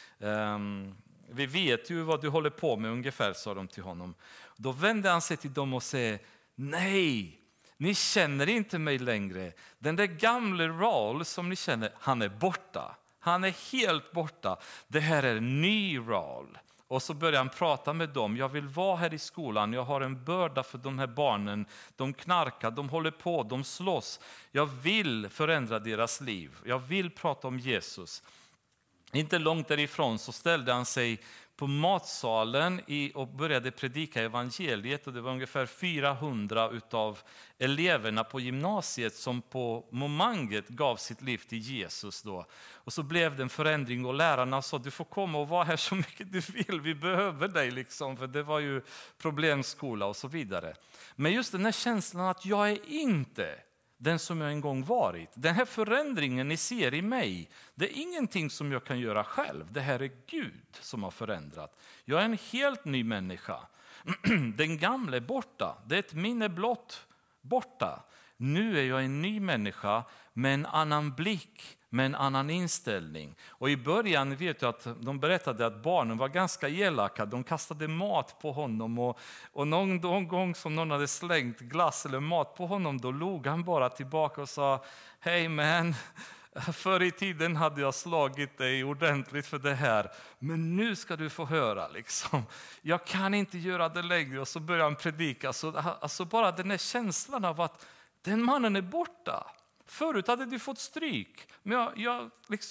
Vi vet ju vad du håller på med ungefär, sa de till honom. Då vände han sig till dem och sa: nej, ni känner inte mig längre. Den där gamla Raul som ni känner, han är borta. Han är helt borta. Det här är en ny Raul. Och så börjar han prata med dem. Jag vill vara här i skolan. Jag har en börda för de här barnen. De knarkar, de håller på, de slåss. Jag vill förändra deras liv. Jag vill prata om Jesus. Inte långt därifrån så ställde han sig på matsalen och började predika evangeliet. Och det var ungefär 400 utav eleverna på gymnasiet som på momentet gav sitt liv till Jesus då. Och så blev det en förändring och lärarna sa: du får komma och vara här så mycket du vill. Vi behöver dig liksom, för det var ju problemskola och så vidare. Men just den här känslan att jag är inte den som jag en gång varit. Den här förändringen ni ser i mig, det är ingenting som jag kan göra själv. Det här är Gud som har förändrat. Jag är en helt ny människa. Den gamla är borta. Det är ett minne blott borta. Nu är jag en ny människa med en annan blick, med en annan inställning. Och i början vet jag att de berättade att barnen var ganska elaka. De kastade mat på honom och någon gång som någon hade slängt glass eller mat på honom, då log han bara tillbaka och sa: hej man, förr i tiden hade jag slagit dig ordentligt för det här, men nu ska du få höra liksom. Jag kan inte göra det längre. Och så börjar han predika. Alltså bara den här känslan av att den mannen är borta. Förut hade du fått stryk, men jag liksom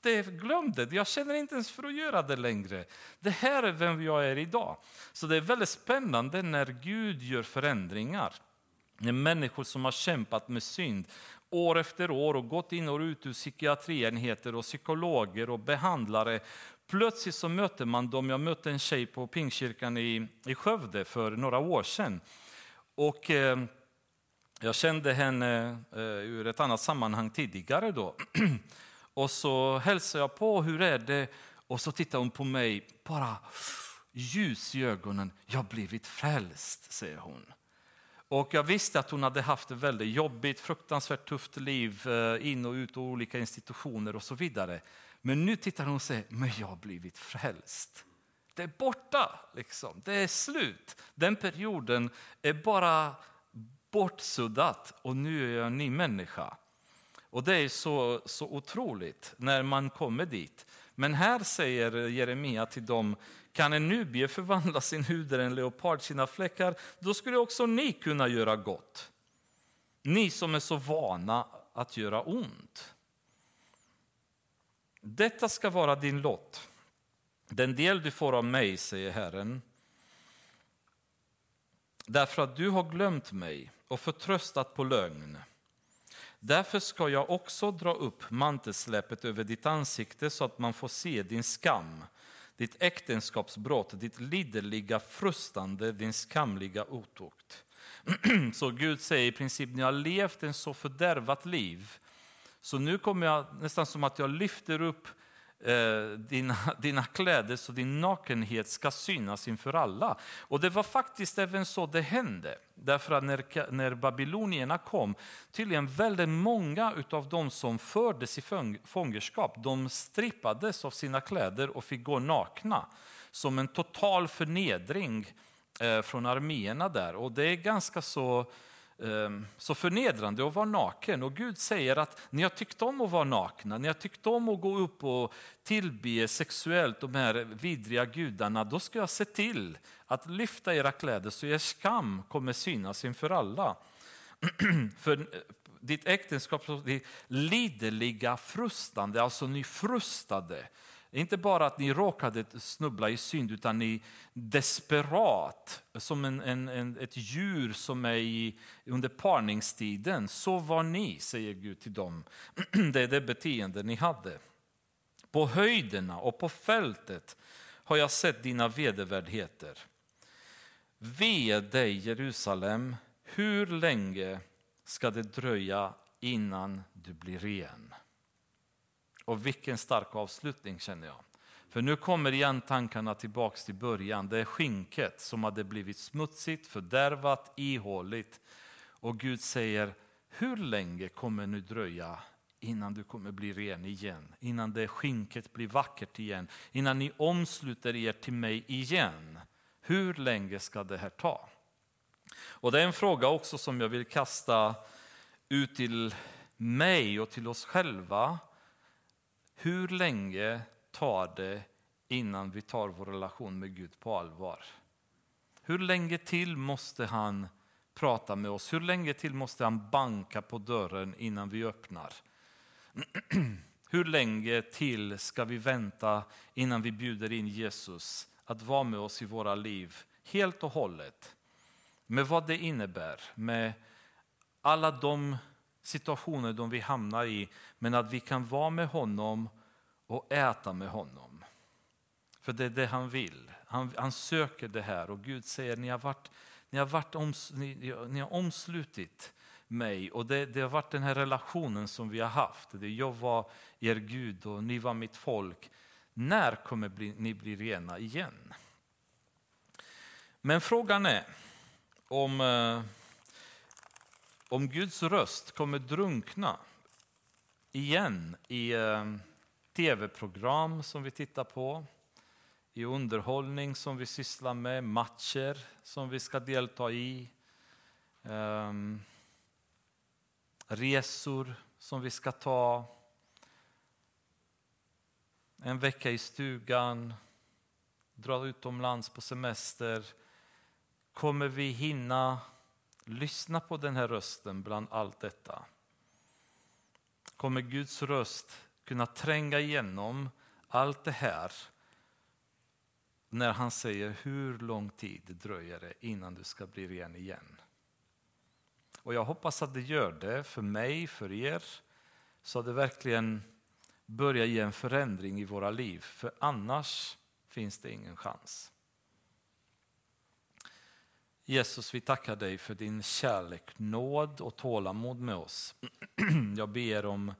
det glömde. Jag känner inte ens för att göra det längre. Det här är vem jag är idag. Så det är väldigt spännande när Gud gör förändringar. När människor som har kämpat med synd år efter år och gått in och ut ur psykiatrienheter och psykologer och behandlare. Plötsligt så möter man dem. Jag mötte en tjej på Pingstkyrkan i Skövde för några år sedan. Och jag kände henne ur ett annat sammanhang tidigare då. Och så hälsade jag på, hur är det? Och så tittar hon på mig, bara ljus i ögonen. Jag har blivit frälst, säger hon. Och jag visste att hon hade haft ett väldigt jobbigt, fruktansvärt tufft liv, in och ut och olika institutioner och så vidare. Men nu tittar hon och säger, men jag har blivit frälst. Det är borta, liksom. Det är slut. Den perioden är bara bortsuddat och nu är jag en ny människa. Och det är så otroligt när man kommer dit. Men här säger Jeremia till dem, kan en nubie förvandla sin hud eller en leopard sina fläckar, då skulle också ni kunna göra gott. Ni som är så vana att göra ont. Detta ska vara din lott. Den del du får av mig, säger Herren. Därför att du har glömt mig och förtröstat på lögn. Därför ska jag också dra upp mantelsläppet över ditt ansikte så att man får se din skam, ditt äktenskapsbrott, ditt liderliga frustande, din skamliga otukt. Så Gud säger i princip, ni har levt en så fördärvat liv, så nu kommer jag nästan som att jag lyfter upp dina kläder så din nakenhet ska synas inför alla. Och det var faktiskt även så det hände. Därför att när babylonierna kom, tydligen väldigt många av de som fördes i fångenskap, de strippades av sina kläder och fick gå nakna. Som en total förnedring från arméerna där. Och det är ganska så förnedrande att vara naken. Och Gud säger att ni har tyckt om att vara nakna, ni har tyckt om att gå upp och tillbe sexuellt de här vidriga gudarna, då ska jag se till att lyfta era kläder så er skam kommer synas inför alla. För ditt äktenskap, ditt liderliga frustande, alltså ni frustade. Inte bara att ni råkade snubbla i synd, utan ni desperat, som ett djur som är under parningstiden. Så var ni, säger Gud till dem. Det är det beteende ni hade. På höjderna och på fältet har jag sett dina vedervärdigheter. Ve dig, Jerusalem, hur länge ska det dröja innan du blir ren? Och vilken stark avslutning, känner jag. För nu kommer igen tankarna tillbaks till början. Det är skinket som hade blivit smutsigt, fördärvat, ihåligt. Och Gud säger, hur länge kommer nu dröja innan du kommer bli ren igen? Innan det skinket blir vackert igen? Innan ni omsluter er till mig igen? Hur länge ska det här ta? Och det är en fråga också som jag vill kasta ut till mig och till oss själva. Hur länge tar det innan vi tar vår relation med Gud på allvar? Hur länge till måste han prata med oss? Hur länge till måste han banka på dörren innan vi öppnar? Hur länge till ska vi vänta innan vi bjuder in Jesus att vara med oss i våra liv helt och hållet? Med vad det innebär, med alla de situationer de vi hamnar i, men att vi kan vara med honom och äta med honom. För det är det han vill. Han söker det här, och Gud säger, ni har omslutit mig, och det har varit den här relationen som vi har haft. Jag var er Gud och ni var mitt folk. När kommer ni bli rena igen? Men frågan är om Guds röst kommer drunkna igen i tv-program som vi tittar på, i underhållning som vi sysslar med, matcher som vi ska delta i, resor som vi ska ta, en vecka i stugan, dra utomlands på semester. Kommer vi hinna lyssna på den här rösten bland allt detta? Kommer Guds röst kunna tränga igenom allt det här när han säger hur lång tid dröjer det innan du ska bli ren igen. Och jag hoppas att det gör det för mig, för er, så att det verkligen börjar ge en förändring i våra liv. För annars finns det ingen chans. Jesus, vi tackar dig för din kärlek, nåd och tålamod med oss. Jag ber om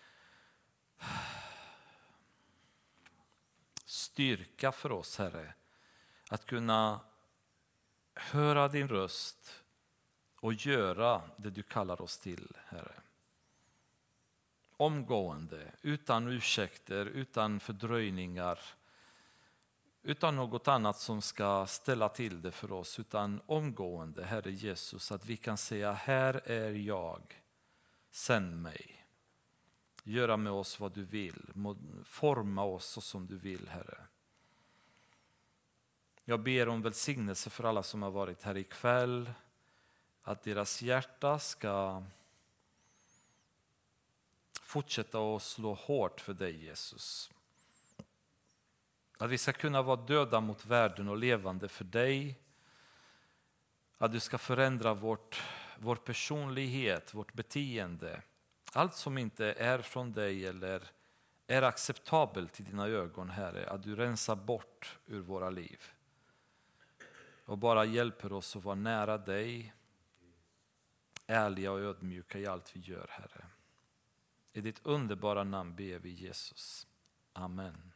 styrka för oss, Herre, att kunna höra din röst och göra det du kallar oss till, Herre. Omgående, utan ursäkter, utan fördröjningar, utan något annat som ska ställa till det för oss, utan omgående, Herre Jesus, att vi kan säga: här är jag, sänd mig. Göra med oss vad du vill, forma oss så som du vill, Herre. Jag ber om välsignelse för alla som har varit här ikväll, att deras hjärta ska fortsätta att slå hårt för dig, Jesus. Att vi ska kunna vara döda mot världen och levande för dig. Att du ska förändra vår personlighet, vårt beteende. Allt som inte är från dig eller är acceptabelt i dina ögon, Herre. Att du rensar bort ur våra liv. Och bara hjälper oss att vara nära dig. Ärliga och ödmjuka i allt vi gör, Herre. I ditt underbara namn ber vi, Jesus. Amen.